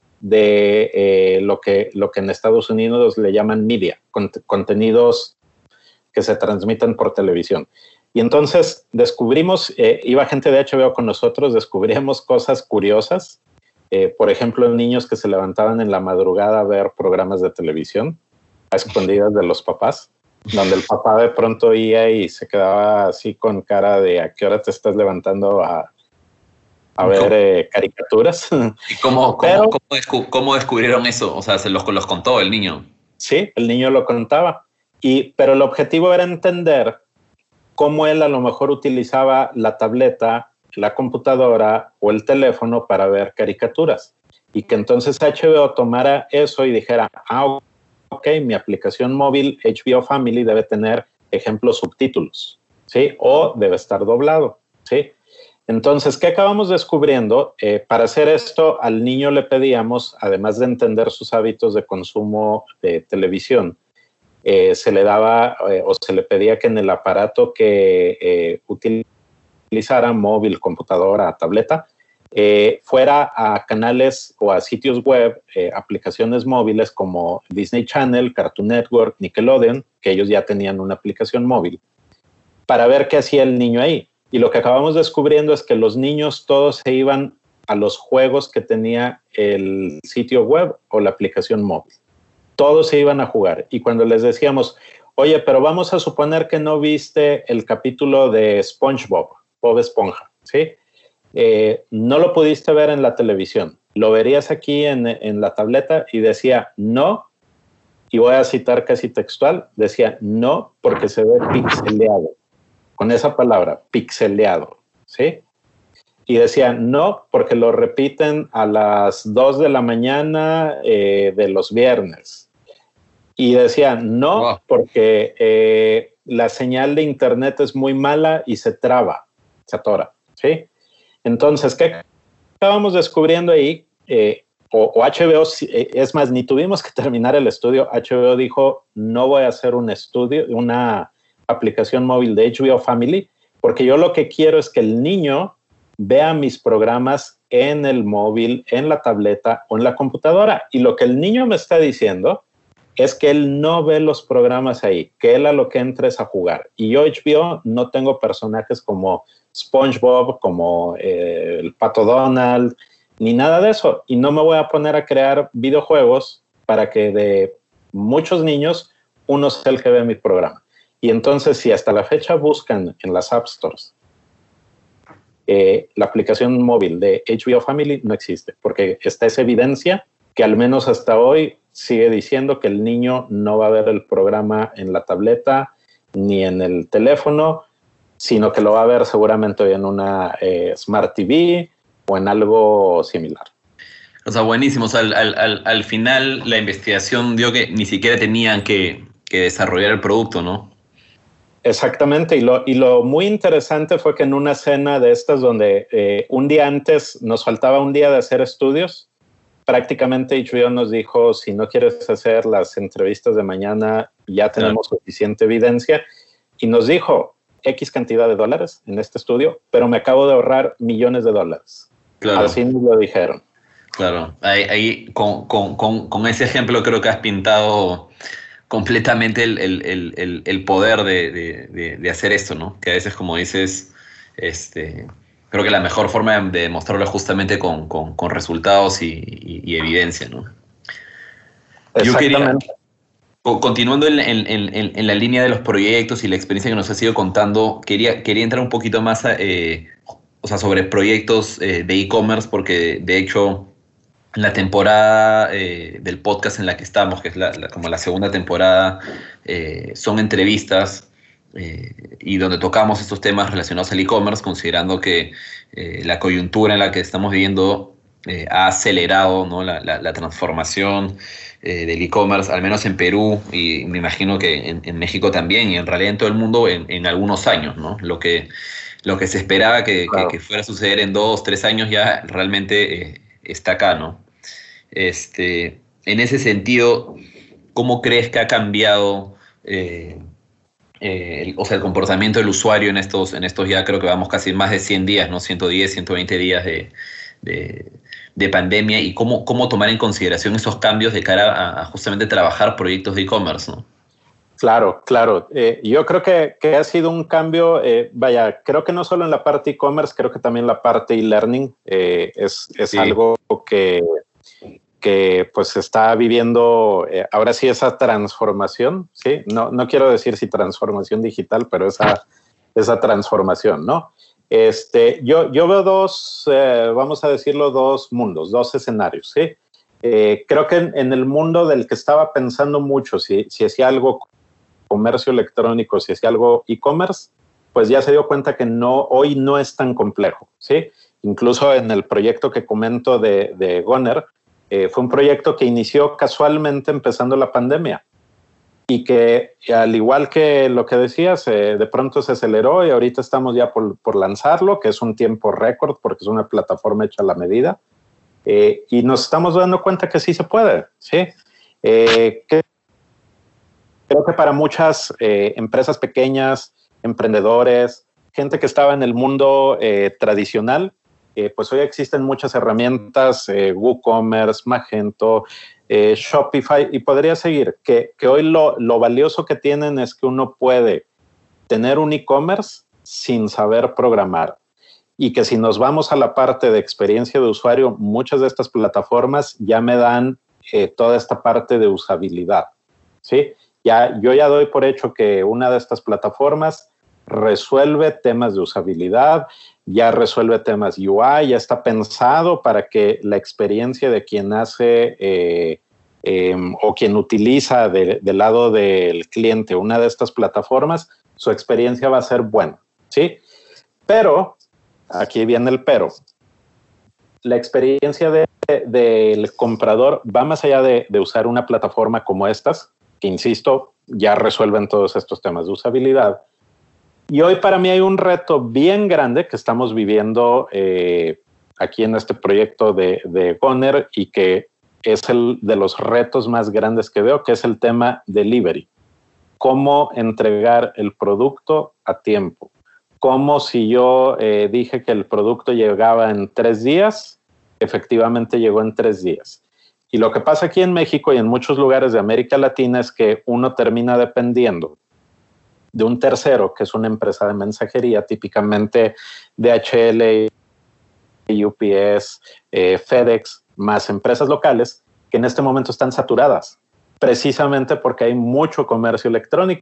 de lo que en Estados Unidos le llaman media, contenidos que se transmiten por televisión. Y entonces descubrimos, iba gente de HBO con nosotros, descubrimos cosas curiosas. Por ejemplo, niños que se levantaban en la madrugada a ver programas de televisión a escondidas de los papás, donde el papá de pronto oía y se quedaba así con cara de ¿a qué hora te estás levantando a ver caricaturas? ¿Y cómo descubrieron eso? O sea, ¿se los contó el niño? Sí, el niño lo contaba. Pero el objetivo era entender cómo él a lo mejor utilizaba la tableta, la computadora o el teléfono para ver caricaturas. Y que entonces HBO tomara eso y dijera, ok, mi aplicación móvil HBO Family debe tener ejemplos subtítulos, ¿sí? O debe estar doblado, ¿sí? Entonces, ¿qué acabamos descubriendo? Para hacer esto, al niño le pedíamos, además de entender sus hábitos de consumo de televisión, se le daba o se le pedía que en el aparato que utilizara, móvil, computadora, tableta, fuera a canales o a sitios web, aplicaciones móviles como Disney Channel, Cartoon Network, Nickelodeon, que ellos ya tenían una aplicación móvil, para ver qué hacía el niño ahí. Y lo que acabamos descubriendo es que los niños todos se iban a los juegos que tenía el sitio web o la aplicación móvil. Todos se iban a jugar. Y cuando les decíamos, oye, pero vamos a suponer que no viste el capítulo de SpongeBob, Bob Esponja, ¿sí? No lo pudiste ver en la televisión. Lo verías aquí en la tableta y decía, no, y voy a citar casi textual, decía, no, porque se ve pixeleado. Con esa palabra, pixeleado, ¿sí? Y decía, no, porque lo repiten a las 2 de la mañana de los viernes. Y decía, no, porque la señal de internet es muy mala y se traba, se atora, ¿sí? Entonces, ¿qué acabamos descubriendo ahí? O HBO, es más, ni tuvimos que terminar el estudio. HBO dijo, no voy a hacer un estudio, una aplicación móvil de HBO Family, porque yo lo que quiero es que el niño vea mis programas en el móvil, en la tableta o en la computadora. Y lo que el niño me está diciendo es que él no ve los programas ahí, que él a lo que entra es a jugar. Y yo, HBO, no tengo personajes como SpongeBob, como el Pato Donald, ni nada de eso. Y no me voy a poner a crear videojuegos para que de muchos niños uno sea el que ve mi programa. Y entonces, si hasta la fecha buscan en las App Stores la aplicación móvil de HBO Family, no existe, porque está esa evidencia que al menos hasta hoy sigue diciendo que el niño no va a ver el programa en la tableta ni en el teléfono, sino que lo va a ver seguramente en una Smart TV o en algo similar. O sea, buenísimo. O sea, al final la investigación dio que ni siquiera tenían que desarrollar el producto, ¿no? Exactamente, y lo muy interesante fue que en una cena de estas donde un día antes nos faltaba un día de hacer estudios, prácticamente HBO nos dijo, si no quieres hacer las entrevistas de mañana, ya tenemos suficiente evidencia, y nos dijo X cantidad de dólares en este estudio, pero me acabo de ahorrar millones de dólares. Claro. Así nos lo dijeron. Claro, ahí con ese ejemplo creo que has pintado completamente el poder de hacer esto, ¿no? Que a veces, como dices, creo que la mejor forma de demostrarlo es justamente con resultados y evidencia, ¿no? Yo quería, Exactamente. continuando en la línea de los proyectos y la experiencia que nos has ido contando, quería entrar un poquito más o sea, sobre proyectos de e-commerce, porque de hecho la temporada del podcast en la que estamos, que es como la segunda temporada, son entrevistas y donde tocamos estos temas relacionados al e-commerce, considerando que la coyuntura en la que estamos viviendo ha acelerado, ¿no?, la transformación del e-commerce, al menos en Perú, y me imagino que en México también, y en realidad en todo el mundo en algunos años, ¿no? Lo que se esperaba Claro. que fuera a suceder en 2, 3 años ya realmente está acá, ¿no? En ese sentido, ¿cómo crees que ha cambiado o sea, el comportamiento del usuario en estos ya creo que vamos casi más de 100 días, ¿no? 110, 120 días de, de pandemia, y cómo tomar en consideración esos cambios de cara a justamente trabajar proyectos de e-commerce, ¿no? Claro, claro. Yo creo que ha sido un cambio, vaya, creo que no solo en la parte e-commerce, creo que también la parte e-learning es Sí. algo que pues está viviendo ahora sí esa transformación, ¿sí? No quiero decir si transformación digital, pero esa transformación, ¿no? Yo veo vamos a decirlo, dos mundos, dos escenarios, ¿sí? Creo que en el mundo del que estaba pensando mucho, si hacía algo comercio electrónico, si hacía algo e-commerce, pues ya se dio cuenta que hoy no es tan complejo, ¿sí? Incluso en el proyecto que comento de Goner, fue un proyecto que inició casualmente empezando la pandemia y que, al igual que lo que decías, de pronto se aceleró y ahorita estamos ya por lanzarlo, que es un tiempo récord porque es una plataforma hecha a la medida, y nos estamos dando cuenta que sí se puede, ¿sí? Creo que para muchas empresas pequeñas, emprendedores, gente que estaba en el mundo tradicional, pues hoy existen muchas herramientas, WooCommerce, Magento, Shopify, y podría seguir, que hoy lo valioso que tienen es que uno puede tener un e-commerce sin saber programar. Y que si nos vamos a la parte de experiencia de usuario, muchas de estas plataformas ya me dan toda esta parte de usabilidad, ¿sí? Yo ya doy por hecho que una de estas plataformas resuelve temas de usabilidad, ya resuelve temas UI, ya está pensado para que la experiencia de quien hace o quien utiliza del lado del cliente una de estas plataformas, su experiencia va a ser buena, ¿sí? Pero, aquí viene el pero, la experiencia del comprador va más allá de usar una plataforma como estas, que insisto, ya resuelven todos estos temas de usabilidad. Y hoy para mí hay un reto bien grande que estamos viviendo aquí en este proyecto de Goner, y que es el de los retos más grandes que veo, que es el tema delivery. Cómo entregar el producto a tiempo. Como si yo dije que el producto llegaba en 3 días, efectivamente llegó en 3 días. Y lo que pasa aquí en México y en muchos lugares de América Latina es que uno termina dependiendo de un tercero, que es una empresa de mensajería, típicamente DHL, UPS, FedEx, más empresas locales, que en este momento están saturadas, precisamente porque hay mucho comercio electrónico.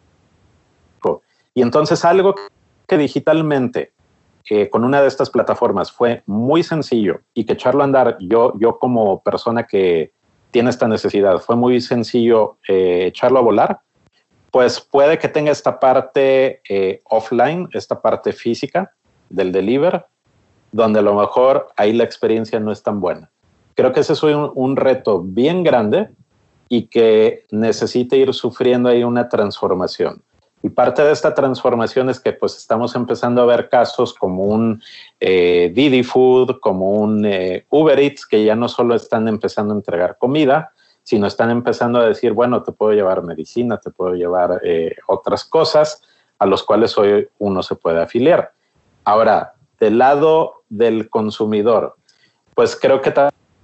Y entonces algo que digitalmente con una de estas plataformas fue muy sencillo y que echarlo a andar, yo como persona que tiene esta necesidad, fue muy sencillo echarlo a volar, pues puede que tenga esta parte offline, esta parte física del deliver, donde a lo mejor ahí la experiencia no es tan buena. Creo que ese es un reto bien grande y que necesita ir sufriendo ahí una transformación. Y parte de esta transformación es que pues estamos empezando a ver casos como un Didi Food, como un Uber Eats, que ya no solo están empezando a entregar comida, sino están empezando a decir, bueno, te puedo llevar medicina, te puedo llevar otras cosas a los cuales hoy uno se puede afiliar. Ahora, del lado del consumidor, pues creo que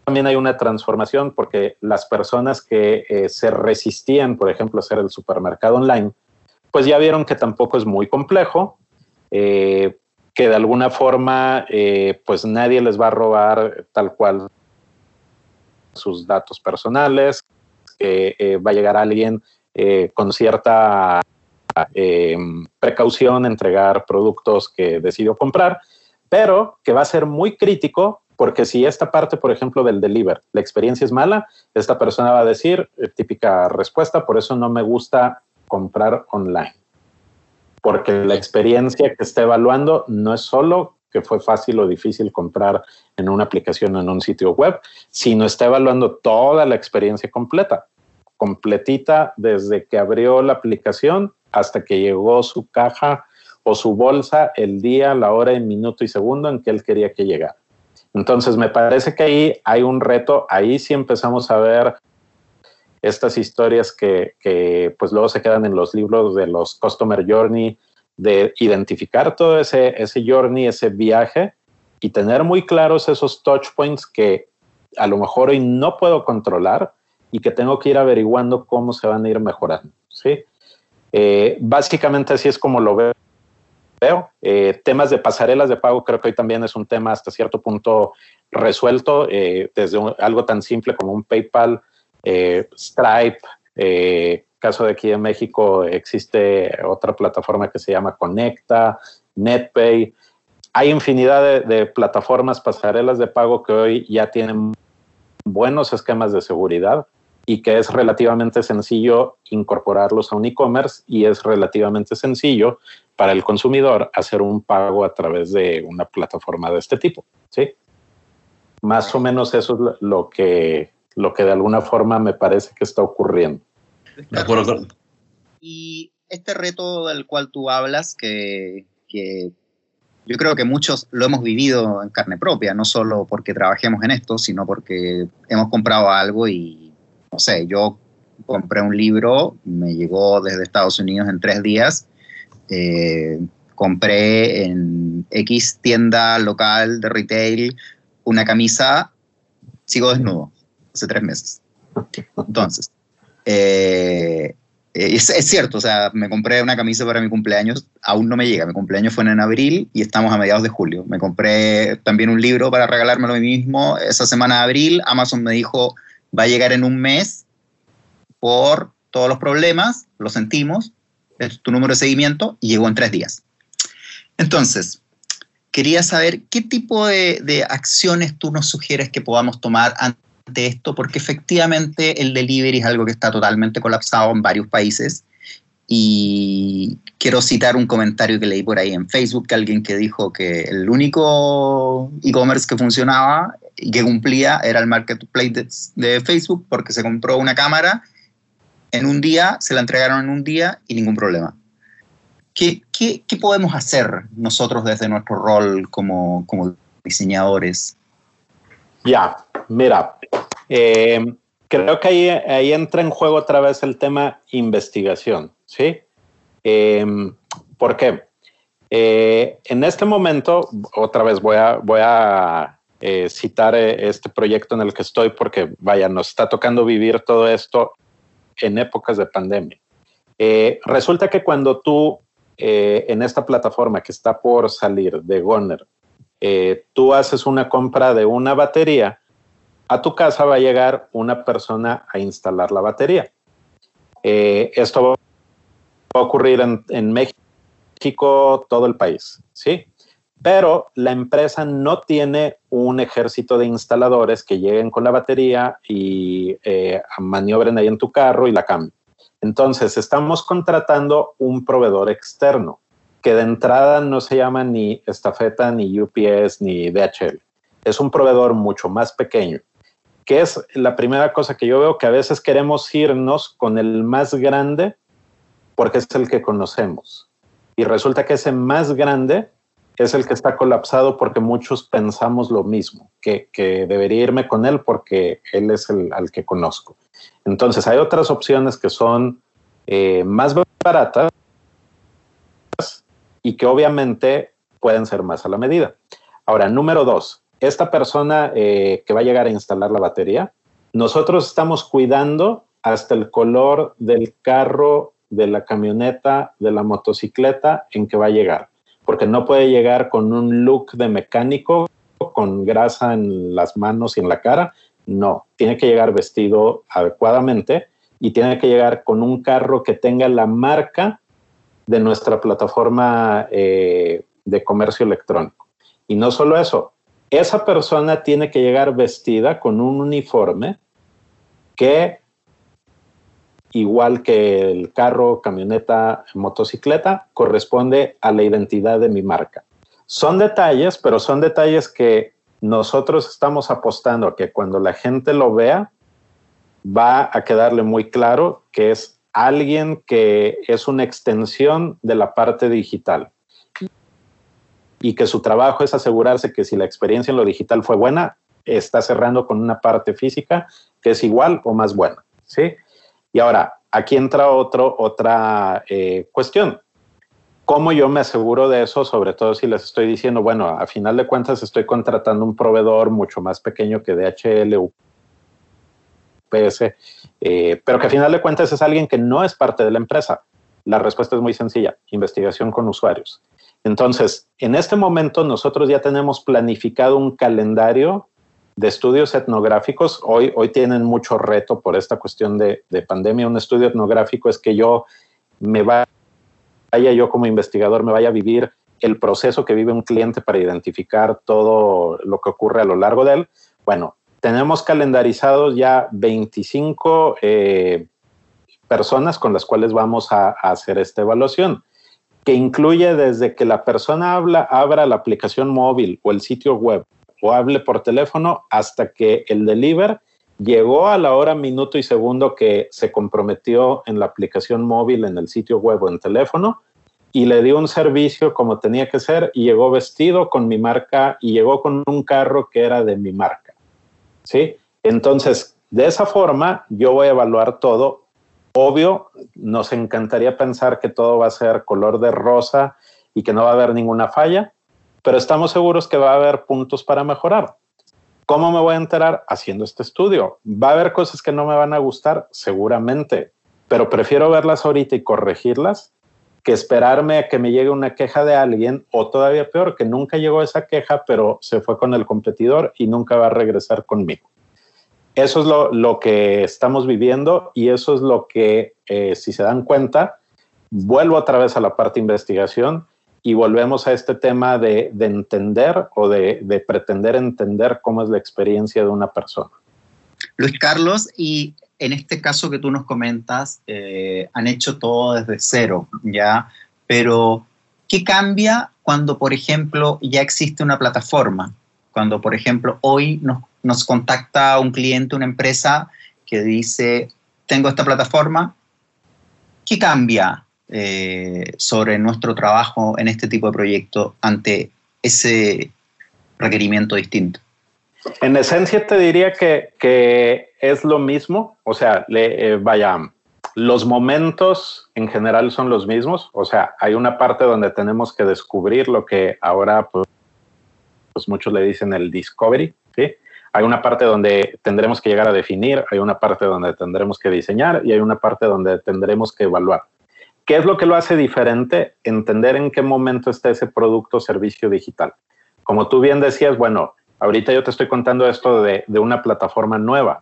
también hay una transformación porque las personas que se resistían, por ejemplo, a hacer el supermercado online, pues ya vieron que tampoco es muy complejo, que de alguna forma pues nadie les va a robar tal cual sus datos personales, que va a llegar alguien con cierta precaución a entregar productos que decidió comprar, pero que va a ser muy crítico porque si esta parte, por ejemplo, del deliver, la experiencia es mala, esta persona va a decir, típica respuesta, por eso no me gusta comprar online. Porque la experiencia que está evaluando no es solo que fue fácil o difícil comprar en una aplicación o en un sitio web, sino está evaluando toda la experiencia completa, completita desde que abrió la aplicación hasta que llegó su caja o su bolsa, el día, la hora, el minuto y segundo en que él quería que llegara. Entonces, me parece que ahí hay un reto, ahí sí empezamos a ver estas historias que pues luego se quedan en los libros de los Customer Journey, de identificar todo ese journey, ese viaje y tener muy claros esos touch points que a lo mejor hoy no puedo controlar y que tengo que ir averiguando cómo se van a ir mejorando, ¿sí? Básicamente así es como lo veo. Temas de pasarelas de pago creo que hoy también es un tema hasta cierto punto resuelto, desde algo tan simple como un PayPal, Stripe, caso de aquí en México existe otra plataforma que se llama Conecta, NetPay. Hay infinidad de plataformas, pasarelas de pago que hoy ya tienen buenos esquemas de seguridad y que es relativamente sencillo incorporarlos a un e-commerce y es relativamente sencillo para el consumidor hacer un pago a través de una plataforma de este tipo, ¿sí? Más o menos eso es lo que de alguna forma me parece que está ocurriendo. De acuerdo. Y este reto del cual tú hablas, que yo creo que muchos lo hemos vivido en carne propia, no solo porque trabajemos en esto, sino porque hemos comprado algo y, no sé, yo compré un libro, me llegó desde Estados Unidos en 3 días, compré en X tienda local de retail una camisa, sigo desnudo, hace 3 meses. Entonces, es cierto, o sea, me compré una camisa para mi cumpleaños, aún no me llega, mi cumpleaños fue en abril y estamos a mediados de julio. Me compré también un libro para regalármelo a mí mismo esa semana de abril. Amazon me dijo, va a llegar en un mes por todos los problemas, lo sentimos, es tu número de seguimiento, y llegó en 3 días. Entonces, quería saber qué tipo de acciones tú nos sugieres que podamos tomar ante esto, porque efectivamente el delivery es algo que está totalmente colapsado en varios países. Y quiero citar un comentario que leí por ahí en Facebook, que alguien que dijo que el único e-commerce que funcionaba y que cumplía era el marketplace de Facebook, porque se compró una cámara en un día, se la entregaron en un día y ningún problema. ¿Qué podemos hacer nosotros desde nuestro rol como diseñadores? Ya, mira, creo que ahí entra en juego otra vez el tema investigación, ¿sí? ¿Por qué? En este momento, otra vez voy a citar este proyecto en el que estoy porque, vaya, nos está tocando vivir todo esto en épocas de pandemia. Resulta que cuando tú, en esta plataforma que está por salir de Goner, tú haces una compra de una batería, a tu casa va a llegar una persona a instalar la batería. Esto va a ocurrir en México, todo el país, ¿sí? Pero la empresa no tiene un ejército de instaladores que lleguen con la batería y maniobren ahí en tu carro y la cambien. Entonces, estamos contratando un proveedor externo que de entrada no se llama ni Estafeta, ni UPS, ni DHL. Es un proveedor mucho más pequeño, que es la primera cosa que yo veo, que a veces queremos irnos con el más grande porque es el que conocemos. Y resulta que ese más grande es el que está colapsado porque muchos pensamos lo mismo, que debería irme con él porque él es al que conozco. Entonces, hay otras opciones que son más baratas y que obviamente pueden ser más a la medida. Ahora, número 2, esta persona que va a llegar a instalar la batería, nosotros estamos cuidando hasta el color del carro, de la camioneta, de la motocicleta en que va a llegar, porque no puede llegar con un look de mecánico, con grasa en las manos y en la cara. No, tiene que llegar vestido adecuadamente y tiene que llegar con un carro que tenga la marca de nuestra plataforma de comercio electrónico. Y no solo eso, esa persona tiene que llegar vestida con un uniforme que, igual que el carro, camioneta, motocicleta, corresponde a la identidad de mi marca. Son detalles, pero son detalles que nosotros estamos apostando a que cuando la gente lo vea, va a quedarle muy claro que es alguien que es una extensión de la parte digital y que su trabajo es asegurarse que si la experiencia en lo digital fue buena, está cerrando con una parte física que es igual o más buena, ¿sí? Y ahora, aquí entra otra cuestión. ¿Cómo yo me aseguro de eso? Sobre todo si les estoy diciendo, bueno, a final de cuentas estoy contratando un proveedor mucho más pequeño que DHL, UPS, pero que a final de cuentas es alguien que no es parte de la empresa. La respuesta es muy sencilla, investigación con usuarios. Entonces, en este momento nosotros ya tenemos planificado un calendario de estudios etnográficos. Hoy tienen mucho reto por esta cuestión de pandemia. Un estudio etnográfico es que yo como investigador me vaya a vivir el proceso que vive un cliente para identificar todo lo que ocurre a lo largo de él. Bueno, tenemos calendarizados ya 25 personas con las cuales vamos a hacer esta evaluación, que incluye desde que la persona abra la aplicación móvil o el sitio web o hable por teléfono hasta que el deliver llegó a la hora, minuto y segundo que se comprometió en la aplicación móvil, en el sitio web o en teléfono, y le dio un servicio como tenía que ser y llegó vestido con mi marca y llegó con un carro que era de mi marca, ¿sí? Entonces, de esa forma yo voy a evaluar todo. Obvio, nos encantaría pensar que todo va a ser color de rosa y que no va a haber ninguna falla, pero estamos seguros que va a haber puntos para mejorar. ¿Cómo me voy a enterar? Haciendo este estudio. ¿Va a haber cosas que no me van a gustar? Seguramente, pero prefiero verlas ahorita y corregirlas que esperarme a que me llegue una queja de alguien, o todavía peor, que nunca llegó esa queja, pero se fue con el competidor y nunca va a regresar conmigo. Eso es lo que estamos viviendo y eso es lo que, si se dan cuenta, vuelvo otra vez a la parte de investigación y volvemos a este tema de entender o de pretender entender cómo es la experiencia de una persona. Luis Carlos, y en este caso que tú nos comentas, han hecho todo desde cero, ¿ya? Pero, ¿qué cambia cuando, por ejemplo, ya existe una plataforma? Cuando, por ejemplo, hoy nos contacta un cliente, una empresa que dice, tengo esta plataforma, ¿qué cambia sobre nuestro trabajo en este tipo de proyecto ante ese requerimiento distinto? En esencia te diría que es lo mismo, o sea, los momentos en general son los mismos, o sea, hay una parte donde tenemos que descubrir lo que ahora pues muchos le dicen el discovery, ¿sí? Hay una parte donde tendremos que llegar a definir, hay una parte donde tendremos que diseñar y hay una parte donde tendremos que evaluar. ¿Qué es lo que lo hace diferente? Entender en qué momento está ese producto o servicio digital. Como tú bien decías, bueno, ahorita yo te estoy contando esto de una plataforma nueva,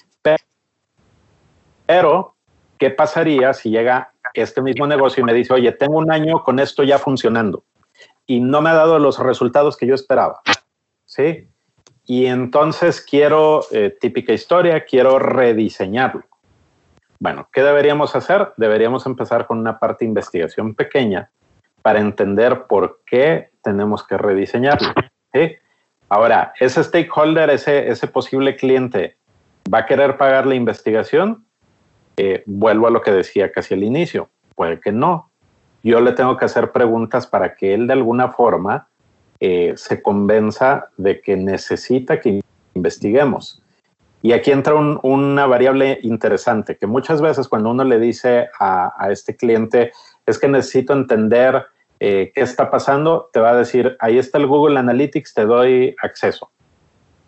pero ¿qué pasaría si llega este mismo negocio y me dice, oye, tengo un año con esto ya funcionando y no me ha dado los resultados que yo esperaba, ¿sí? Y entonces quiero, típica historia, quiero rediseñarlo. Bueno, ¿qué deberíamos hacer? Deberíamos empezar con una parte de investigación pequeña para entender por qué tenemos que rediseñarlo, ¿sí? Ahora, ese stakeholder, ese posible cliente, ¿va a querer pagar la investigación? Vuelvo a lo que decía casi al inicio. Puede que no. Yo le tengo que hacer preguntas para que él de alguna forma se convenza de que necesita que investiguemos. Y aquí entra una variable interesante, que muchas veces cuando uno le dice a este cliente, es que necesito entender qué está pasando, te va a decir, ahí está el Google Analytics, te doy acceso.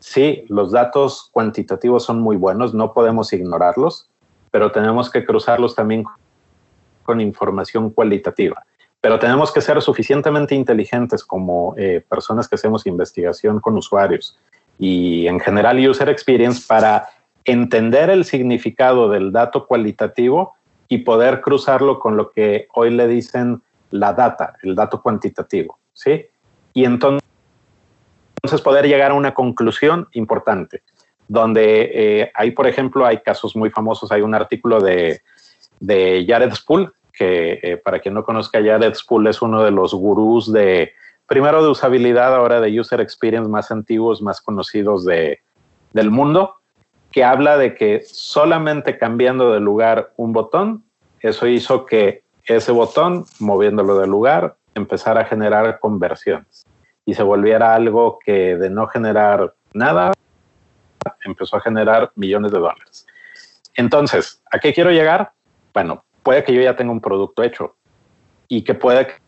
sí, los datos cuantitativos son muy buenos, no podemos ignorarlos, pero tenemos que cruzarlos también con información cualitativa. Pero tenemos que ser suficientemente inteligentes como personas que hacemos investigación con usuarios y en general user experience para entender el significado del dato cualitativo y poder cruzarlo con lo que hoy le dicen la data, el dato cuantitativo, ¿sí? Y entonces poder llegar a una conclusión importante, donde hay, por ejemplo, hay casos muy famosos. Hay un artículo de Jared Spool, que para quien no conozca, Jared Spool es uno de los gurús primero de usabilidad, ahora de user experience más antiguos, más conocidos del mundo, que habla de que solamente cambiando de lugar un botón, eso hizo que ese botón, moviéndolo de lugar, empezara a generar conversiones y se volviera algo que de no generar nada, empezó a generar millones de dólares. Entonces, ¿a qué quiero llegar? Bueno, puede que yo ya tenga un producto hecho y que puede que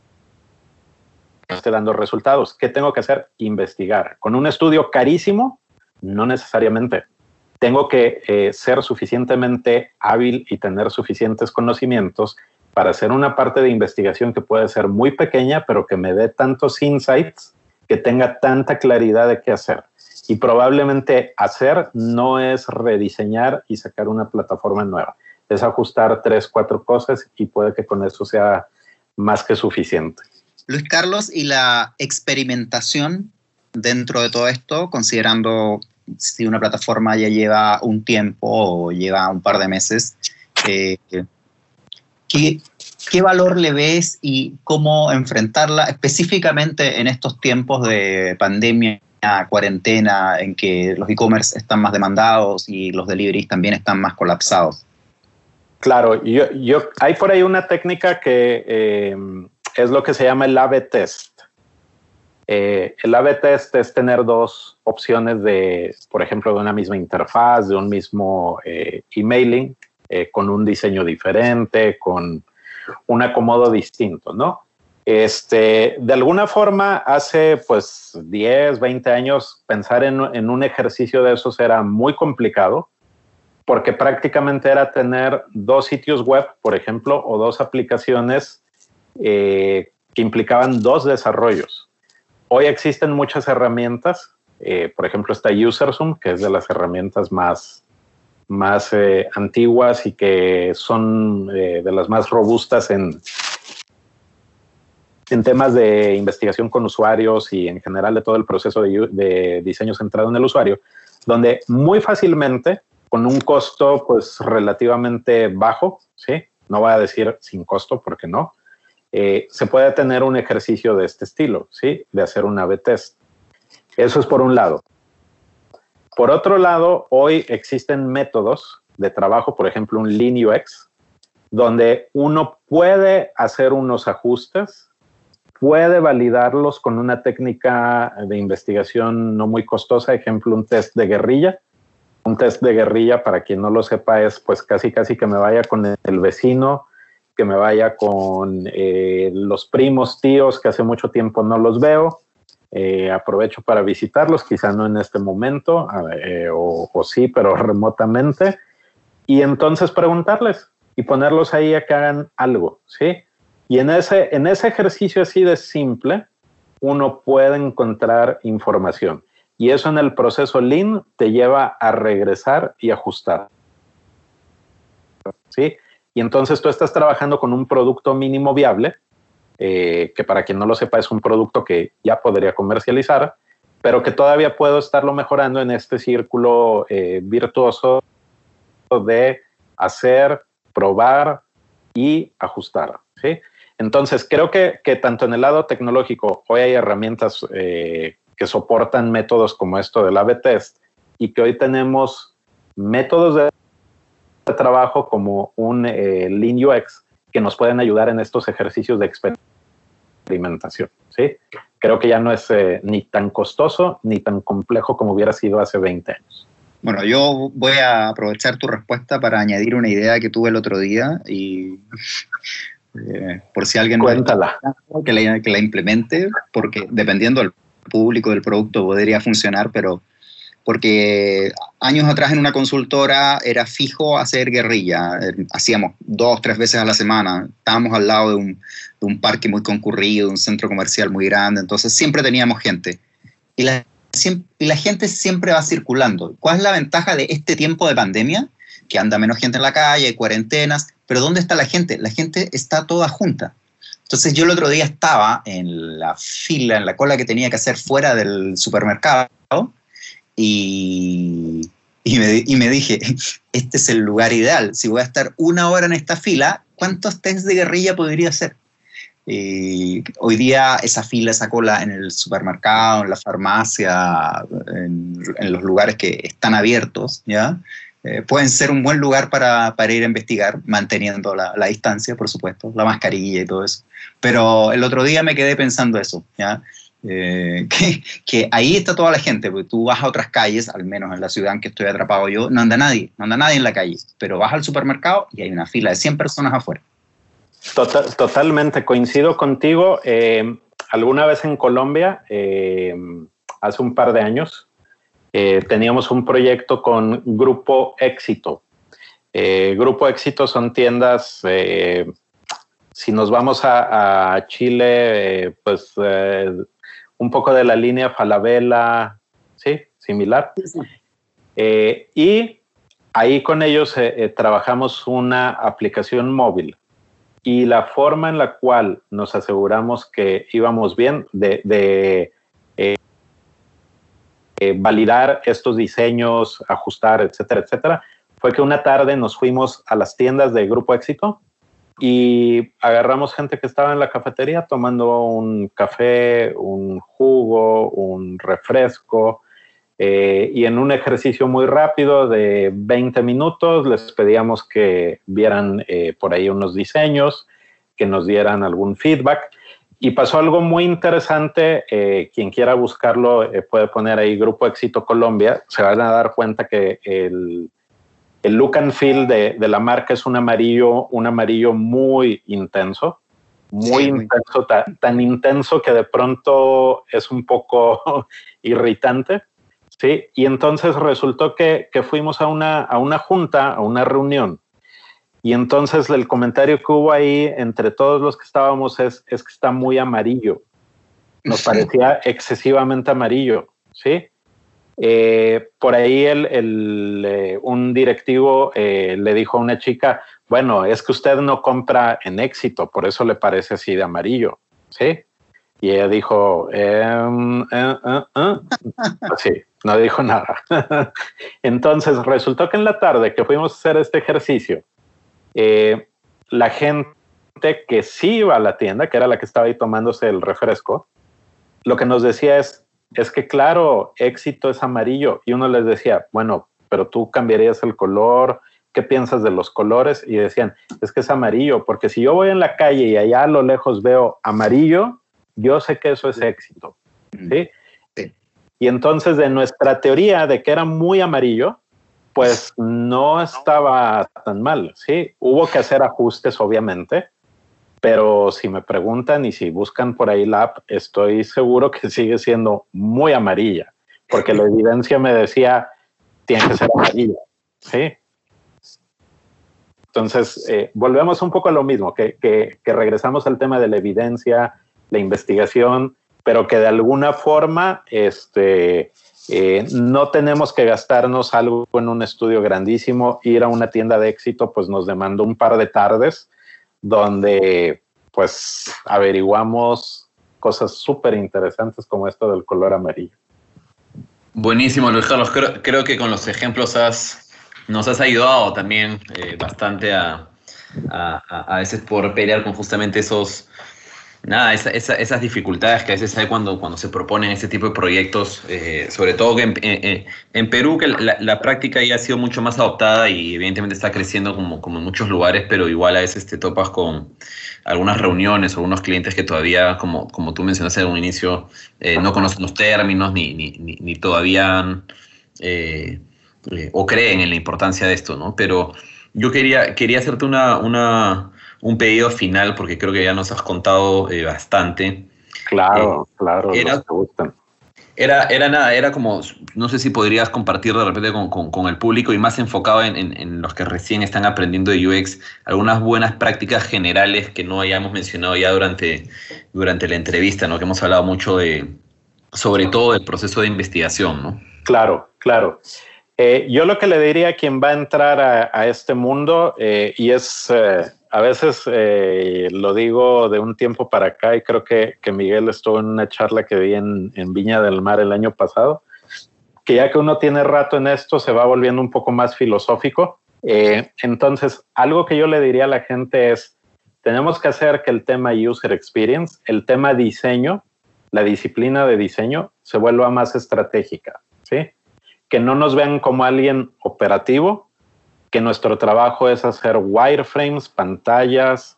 esté dando resultados. ¿Qué tengo que hacer? Investigar. Con un estudio carísimo, no necesariamente. Tengo que ser suficientemente hábil y tener suficientes conocimientos para hacer una parte de investigación que puede ser muy pequeña, pero que me dé tantos insights, que tenga tanta claridad de qué hacer. Y probablemente hacer no es rediseñar y sacar una plataforma nueva. Es ajustar 3, 4 cosas y puede que con eso sea más que suficiente. Luis Carlos, y la experimentación dentro de todo esto, considerando si una plataforma ya lleva un tiempo o lleva un par de meses, ¿qué valor le ves y cómo enfrentarla específicamente en estos tiempos de pandemia, cuarentena, en que los e-commerce están más demandados y los deliveries también están más colapsados? Claro, hay por ahí una técnica que es lo que se llama el A/B test. El A/B test es tener 2 opciones por ejemplo, de una misma interfaz, de un mismo emailing, con un diseño diferente, con un acomodo distinto, ¿no? De alguna forma, hace pues 10, 20 años, pensar en un ejercicio de esos era muy complicado, porque prácticamente era tener 2 sitios web, por ejemplo, o 2 aplicaciones que implicaban 2 desarrollos. Hoy existen muchas herramientas, por ejemplo está UserZoom, que es de las herramientas más antiguas y que son de las más robustas en temas de investigación con usuarios y en general de todo el proceso de diseño centrado en el usuario, donde muy fácilmente, con un costo pues relativamente bajo, ¿sí? No voy a decir sin costo porque no, se puede tener un ejercicio de este estilo, ¿sí? De hacer un A/B test. Eso es por un lado. Por otro lado, hoy existen métodos de trabajo, por ejemplo, un Lean UX, donde uno puede hacer unos ajustes, puede validarlos con una técnica de investigación no muy costosa, ejemplo, un test de guerrilla. Un test de guerrilla, para quien no lo sepa, es pues casi que me vaya con el vecino, que me vaya con los primos, tíos, que hace mucho tiempo no los veo. Aprovecho para visitarlos, quizá no en este momento, o sí, pero remotamente. Y entonces preguntarles y ponerlos ahí a que hagan algo, ¿sí? Y en ese ejercicio así de simple, uno puede encontrar información. Y eso en el proceso Lean te lleva a regresar y ajustar, ¿sí? Y entonces tú estás trabajando con un producto mínimo viable, que para quien no lo sepa es un producto que ya podría comercializar, pero que todavía puedo estarlo mejorando en este círculo virtuoso de hacer, probar y ajustar, ¿sí? Entonces creo que tanto en el lado tecnológico hoy hay herramientas que soportan métodos como esto del A/B test y que hoy tenemos métodos de trabajo como un Lean UX que nos pueden ayudar en estos ejercicios de experimentación, ¿sí? Creo que ya no es ni tan costoso ni tan complejo como hubiera sido hace 20 años. Bueno, yo voy a aprovechar tu respuesta para añadir una idea que tuve el otro día y por si alguien Cuéntala. que la implemente, porque dependiendo del público del producto podría funcionar, pero porque años atrás en una consultora era fijo hacer guerrilla, hacíamos 2 o 3 veces a la semana, estábamos al lado de un parque muy concurrido, de un centro comercial muy grande, entonces siempre teníamos gente. Y la gente siempre va circulando. ¿Cuál es la ventaja de este tiempo de pandemia? Que anda menos gente en la calle, hay cuarentenas, pero ¿dónde está la gente? La gente está toda junta. Entonces yo el otro día estaba en la fila, en la cola que tenía que hacer fuera del supermercado y me dije, este es el lugar ideal. Si voy a estar 1 hora en esta fila, ¿cuántos test de guerrilla podría hacer? Hoy día esa fila, esa cola en el supermercado, en la farmacia, en los lugares que están abiertos, ¿ya? Pueden ser un buen lugar para ir a investigar, manteniendo la distancia, por supuesto, la mascarilla y todo eso. Pero el otro día me quedé pensando eso, ¿ya? Que ahí está toda la gente, porque tú vas a otras calles, al menos en la ciudad en que estoy atrapado yo, no anda nadie en la calle, pero vas al supermercado y hay una fila de 100 personas afuera. Totalmente, coincido contigo. Alguna vez en Colombia, hace un par de años, teníamos un proyecto con Grupo Éxito. Grupo Éxito son tiendas, si nos vamos a Chile, un poco de la línea Falabella, ¿sí? Similar. Sí. Y ahí con ellos trabajamos una aplicación móvil. Y la forma en la cual nos aseguramos que íbamos bien de validar estos diseños, ajustar, etcétera, etcétera, fue que una tarde nos fuimos a las tiendas de Grupo Éxito y agarramos gente que estaba en la cafetería tomando un café, un jugo, un refresco, y en un ejercicio muy rápido de 20 minutos les pedíamos que vieran por ahí unos diseños, que nos dieran algún feedback. Y pasó algo muy interesante, quien quiera buscarlo puede poner ahí Grupo Éxito Colombia, se van a dar cuenta que el look and feel de la marca es un amarillo muy intenso, muy intenso, tan intenso que de pronto es un poco irritante, ¿sí? Y entonces resultó que fuimos a una junta, a una reunión, y entonces el comentario que hubo ahí entre todos los que estábamos es que está muy amarillo. Nos parecía excesivamente amarillo, ¿sí? Por ahí un directivo le dijo a una chica, bueno, es que usted no compra en Éxito, por eso le parece así de amarillo, ¿sí? Y ella dijo, sí, no dijo nada. Entonces resultó que en la tarde que fuimos a hacer este ejercicio, la gente que sí iba a la tienda, que era la que estaba ahí tomándose el refresco, lo que nos decía es que claro, Éxito es amarillo. Y uno les decía, bueno, pero tú cambiarías el color, ¿qué piensas de los colores? Y decían, es que es amarillo, porque si yo voy en la calle y allá a lo lejos veo amarillo, yo sé que eso es Éxito, ¿sí? Sí. Y entonces de nuestra teoría de que era muy amarillo, pues no estaba tan mal, ¿sí? Hubo que hacer ajustes, obviamente, pero si me preguntan y si buscan por ahí la app, estoy seguro que sigue siendo muy amarilla, porque la evidencia me decía, tiene que ser amarilla, ¿sí? Entonces, volvemos un poco a lo mismo, que regresamos al tema de la evidencia, la investigación, pero que de alguna forma no tenemos que gastarnos algo en un estudio grandísimo. Ir a una tienda de Éxito pues nos demandó un par de tardes donde pues averiguamos cosas súper interesantes como esto del color amarillo. Buenísimo, Luis Carlos. Creo que con los ejemplos nos has ayudado también bastante a veces poder pelear con justamente esas dificultades que a veces hay cuando se proponen este tipo de proyectos, sobre todo que en Perú, que la práctica ya ha sido mucho más adoptada y evidentemente está creciendo como en muchos lugares, pero igual a veces te topas con algunas reuniones o algunos clientes que todavía, como tú mencionaste en un inicio, no conocen los términos ni todavía o creen en la importancia de esto, ¿no? Pero yo quería hacerte un pedido final, porque creo que ya nos has contado bastante. Claro, claro, te gustan. Era como, no sé si podrías compartir de repente con el público y más enfocado en los que recién están aprendiendo de UX, algunas buenas prácticas generales que no hayamos mencionado ya durante la entrevista, ¿no? Que hemos hablado mucho sobre todo del proceso de investigación, ¿no? Claro, claro. Yo lo que le diría a quien va a entrar a este mundo, y es, a veces lo digo de un tiempo para acá, y creo que Miguel estuvo en una charla que di en Viña del Mar el año pasado, que ya que uno tiene rato en esto, se va volviendo un poco más filosófico. Entonces, algo que yo le diría a la gente es, tenemos que hacer que el tema user experience, el tema diseño, la disciplina de diseño, se vuelva más estratégica, ¿sí? Que no nos vean como alguien operativo, que nuestro trabajo es hacer wireframes, pantallas,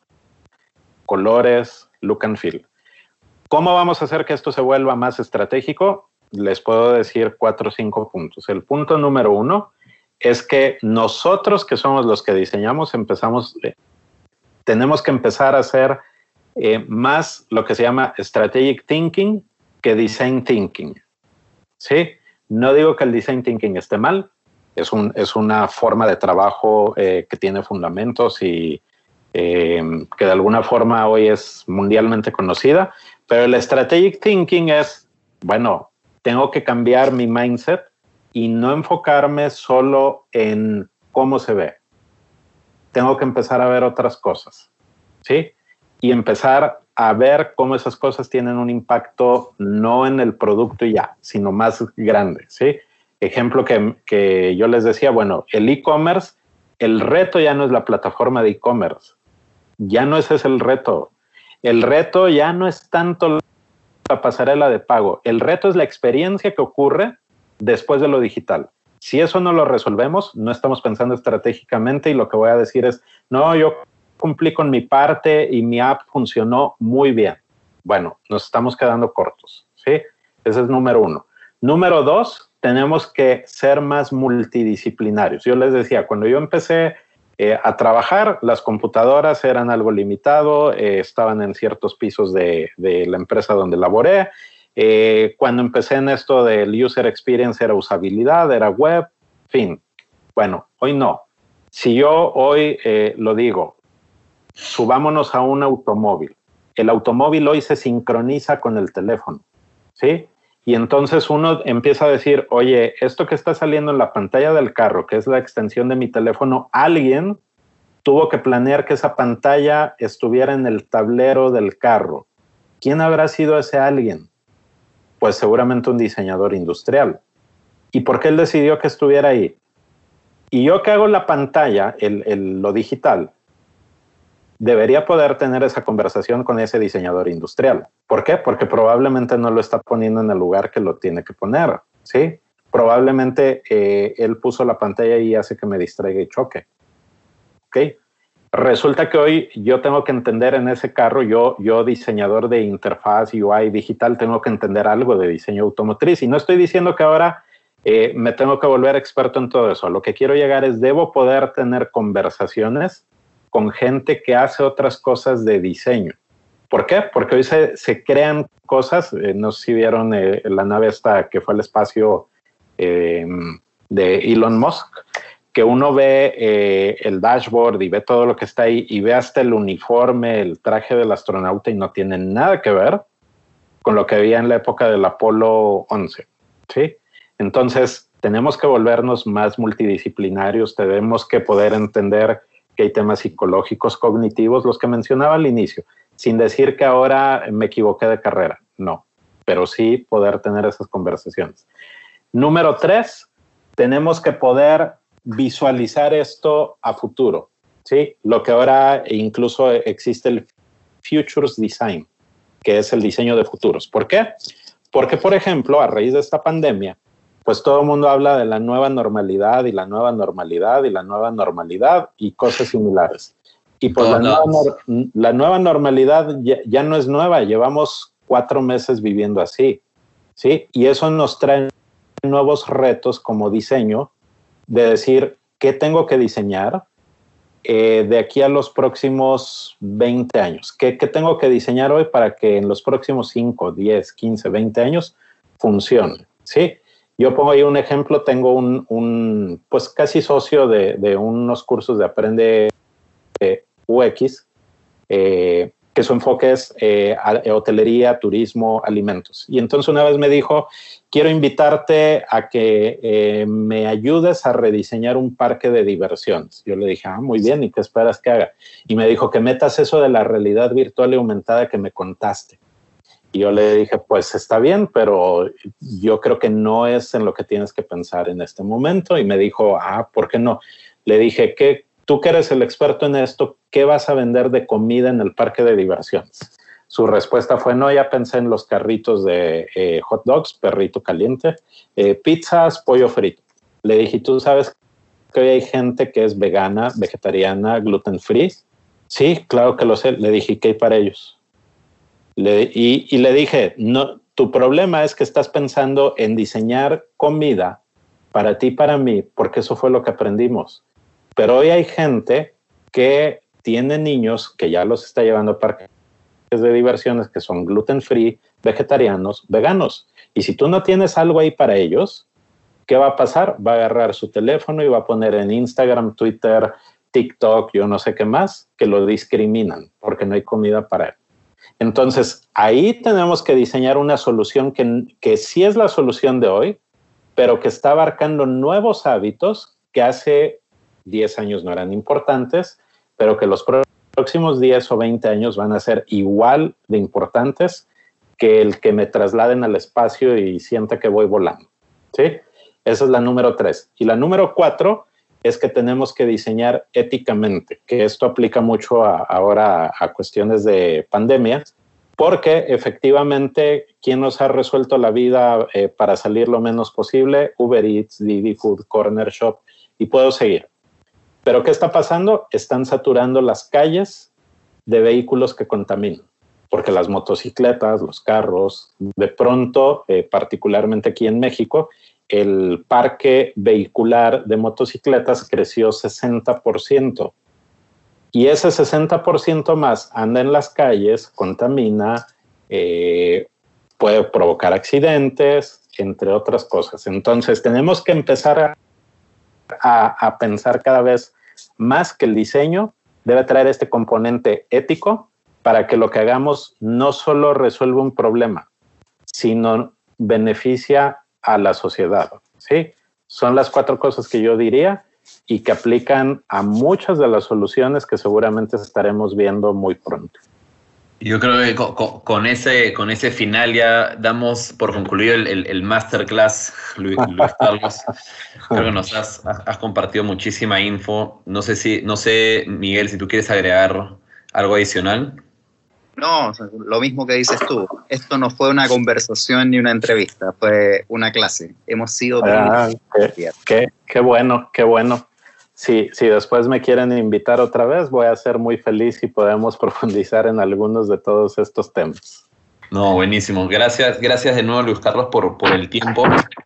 colores, look and feel. ¿Cómo vamos a hacer que esto se vuelva más estratégico? Les puedo decir 4 o 5 puntos. El punto número 1 es que nosotros, que somos los que diseñamos, tenemos que empezar a hacer más lo que se llama strategic thinking que design thinking, ¿sí? No digo que el design thinking esté mal, es una forma de trabajo que tiene fundamentos y que de alguna forma hoy es mundialmente conocida, pero el strategic thinking es, bueno, tengo que cambiar mi mindset y no enfocarme solo en cómo se ve. Tengo que empezar a ver otras cosas, ¿sí? Y empezar a ver cómo esas cosas tienen un impacto no en el producto y ya, sino más grande, ¿sí? Ejemplo que yo les decía, bueno, el e-commerce, el reto ya no es la plataforma de e-commerce, ya no ese es el reto. El reto ya no es tanto la pasarela de pago, el reto es la experiencia que ocurre después de lo digital. Si eso no lo resolvemos, no estamos pensando estratégicamente y lo que voy a decir es, no, yo cumplí con mi parte y mi app funcionó muy bien. Bueno, nos estamos quedando cortos, ¿sí? Ese es número 1. Número 2, tenemos que ser más multidisciplinarios. Yo les decía, cuando yo empecé a trabajar, las computadoras eran algo limitado, estaban en ciertos pisos de la empresa donde laboré. Cuando empecé en esto del user experience era usabilidad, era web, fin. Bueno, hoy no. Si yo hoy lo digo, subámonos a un automóvil. El automóvil hoy se sincroniza con el teléfono, ¿sí? Y entonces uno empieza a decir, oye, esto que está saliendo en la pantalla del carro, que es la extensión de mi teléfono, alguien tuvo que planear que esa pantalla estuviera en el tablero del carro. ¿Quién habrá sido ese alguien? Pues seguramente un diseñador industrial. ¿Y por qué él decidió que estuviera ahí? Y yo que hago la pantalla, lo digital, debería poder tener esa conversación con ese diseñador industrial. ¿Por qué? Porque probablemente no lo está poniendo en el lugar que lo tiene que poner, ¿sí? Probablemente él puso la pantalla y hace que me distraiga y choque. ¿Ok? Resulta que hoy yo tengo que entender en ese carro, yo diseñador de interfaz UI digital, tengo que entender algo de diseño automotriz. Y no estoy diciendo que ahora me tengo que volver experto en todo eso. Lo que quiero llegar es, debo poder tener conversaciones con gente que hace otras cosas de diseño. ¿Por qué? Porque hoy se crean cosas, no sé si vieron la nave esta que fue al espacio de Elon Musk, que uno ve el dashboard y ve todo lo que está ahí y ve hasta el uniforme, el traje del astronauta y no tiene nada que ver con lo que había en la época del Apolo 11, ¿sí? Entonces, tenemos que volvernos más multidisciplinarios, tenemos que poder entender que hay temas psicológicos, cognitivos, los que mencionaba al inicio, sin decir que ahora me equivoqué de carrera, no, pero sí poder tener esas conversaciones. Número 3, tenemos que poder visualizar esto a futuro, ¿sí? Lo que ahora incluso existe el Futures Design, que es el diseño de futuros. ¿Por qué? Porque, por ejemplo, a raíz de esta pandemia, pues todo el mundo habla de la nueva normalidad y la nueva normalidad y la nueva normalidad y cosas similares. Y pues la nueva normalidad ya no es nueva, llevamos 4 meses viviendo así, ¿sí? Y eso nos trae nuevos retos como diseño de decir, ¿qué tengo que diseñar de aquí a los próximos 20 años? ¿Qué tengo que diseñar hoy para que en los próximos 5, 10, 15, 20 años funcione, ¿sí? Yo pongo ahí un ejemplo, tengo un pues casi socio de unos cursos de Aprende UX, que su enfoque es hotelería, turismo, alimentos. Y entonces una vez me dijo, quiero invitarte a que me ayudes a rediseñar un parque de diversiones. Yo le dije, muy bien, ¿y qué esperas que haga? Y me dijo que metas eso de la realidad virtual y aumentada que me contaste. Y yo le dije, pues está bien, pero yo creo que no es en lo que tienes que pensar en este momento. Y me dijo, ¿por qué no? Le dije, tú que eres el experto en esto, ¿qué vas a vender de comida en el parque de diversiones? Su respuesta fue, no, ya pensé en los carritos de hot dogs, perrito caliente, pizzas, pollo frito. Le dije, ¿tú sabes que hoy hay gente que es vegana, vegetariana, gluten free? Sí, claro que lo sé. Le dije, ¿qué hay para ellos? Y le dije, no, tu problema es que estás pensando en diseñar comida para ti y para mí, porque eso fue lo que aprendimos. Pero hoy hay gente que tiene niños que ya los está llevando a parques de diversiones que son gluten free, vegetarianos, veganos. Y si tú no tienes algo ahí para ellos, ¿qué va a pasar? Va a agarrar su teléfono y va a poner en Instagram, Twitter, TikTok, yo no sé qué más, que lo discriminan porque no hay comida para él. Entonces, ahí tenemos que diseñar una solución que sí es la solución de hoy, pero que está abarcando nuevos hábitos que hace 10 años no eran importantes, pero que los próximos 10 o 20 años van a ser igual de importantes que el que me trasladen al espacio y sienta que voy volando, ¿sí? Esa es la número 3. Y la número 4 es que tenemos que diseñar éticamente, que esto aplica mucho ahora a cuestiones de pandemia, porque efectivamente, ¿quién nos ha resuelto la vida para salir lo menos posible? Uber Eats, Didi Food, Corner Shop, y puedo seguir. ¿Pero qué está pasando? Están saturando las calles de vehículos que contaminan, porque las motocicletas, los carros, de pronto, particularmente aquí en México, el parque vehicular de motocicletas creció 60%. Y ese 60% más anda en las calles, contamina, puede provocar accidentes, entre otras cosas. Entonces, tenemos que empezar a pensar cada vez más que el diseño debe traer este componente ético para que lo que hagamos no solo resuelva un problema, sino beneficia a la sociedad, ¿sí? Son las 4 cosas que yo diría y que aplican a muchas de las soluciones que seguramente estaremos viendo muy pronto. Yo creo que con ese final ya damos por concluido el masterclass, Luis Carlos. Creo que nos has compartido muchísima info. No sé, Miguel, si tú quieres agregar algo adicional. No, lo mismo que dices tú. Esto no fue una conversación ni una entrevista, fue una clase. Hemos sido... Qué bueno, qué bueno. Si después me quieren invitar otra vez, voy a ser muy feliz y podemos profundizar en algunos de todos estos temas. No, buenísimo. Gracias de nuevo, Luis Carlos, por el tiempo.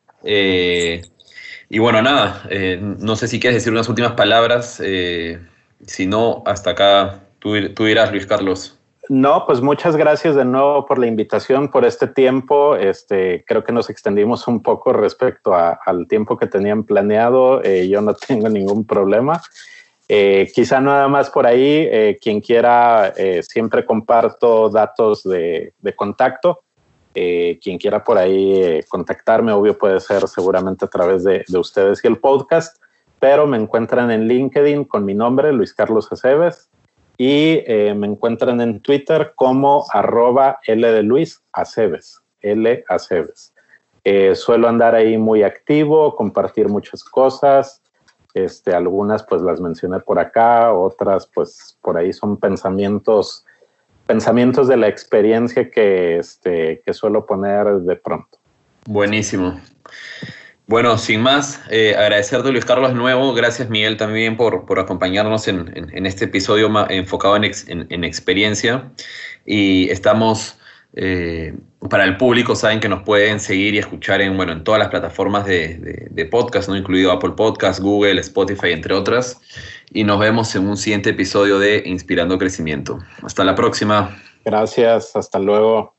Y bueno, nada, no sé si quieres decir unas últimas palabras. Si no, hasta acá tú dirás, Luis Carlos. No, pues muchas gracias de nuevo por la invitación, por este tiempo. Creo que nos extendimos un poco respecto al tiempo que tenían planeado. Yo no tengo ningún problema. Quizá nada más por ahí, quien quiera, siempre comparto datos de contacto. Quien quiera por ahí contactarme, obvio puede ser seguramente a través de ustedes y el podcast, pero me encuentran en LinkedIn con mi nombre, Luis Carlos Aceves. Y me encuentran en Twitter como @L de Luis Aceves, L Aceves. Suelo andar ahí muy activo, compartir muchas cosas. Algunas pues las mencioné por acá, otras pues por ahí son pensamientos de la experiencia que suelo poner de pronto. Buenísimo. Bueno, sin más, agradecerte, Luis Carlos, de nuevo. Gracias, Miguel, también por acompañarnos en este episodio enfocado en experiencia. Y estamos, para el público, saben que nos pueden seguir y escuchar en todas las plataformas de podcast, ¿no? Incluido Apple Podcast, Google, Spotify, entre otras. Y nos vemos en un siguiente episodio de Inspirando Crecimiento. Hasta la próxima. Gracias, hasta luego.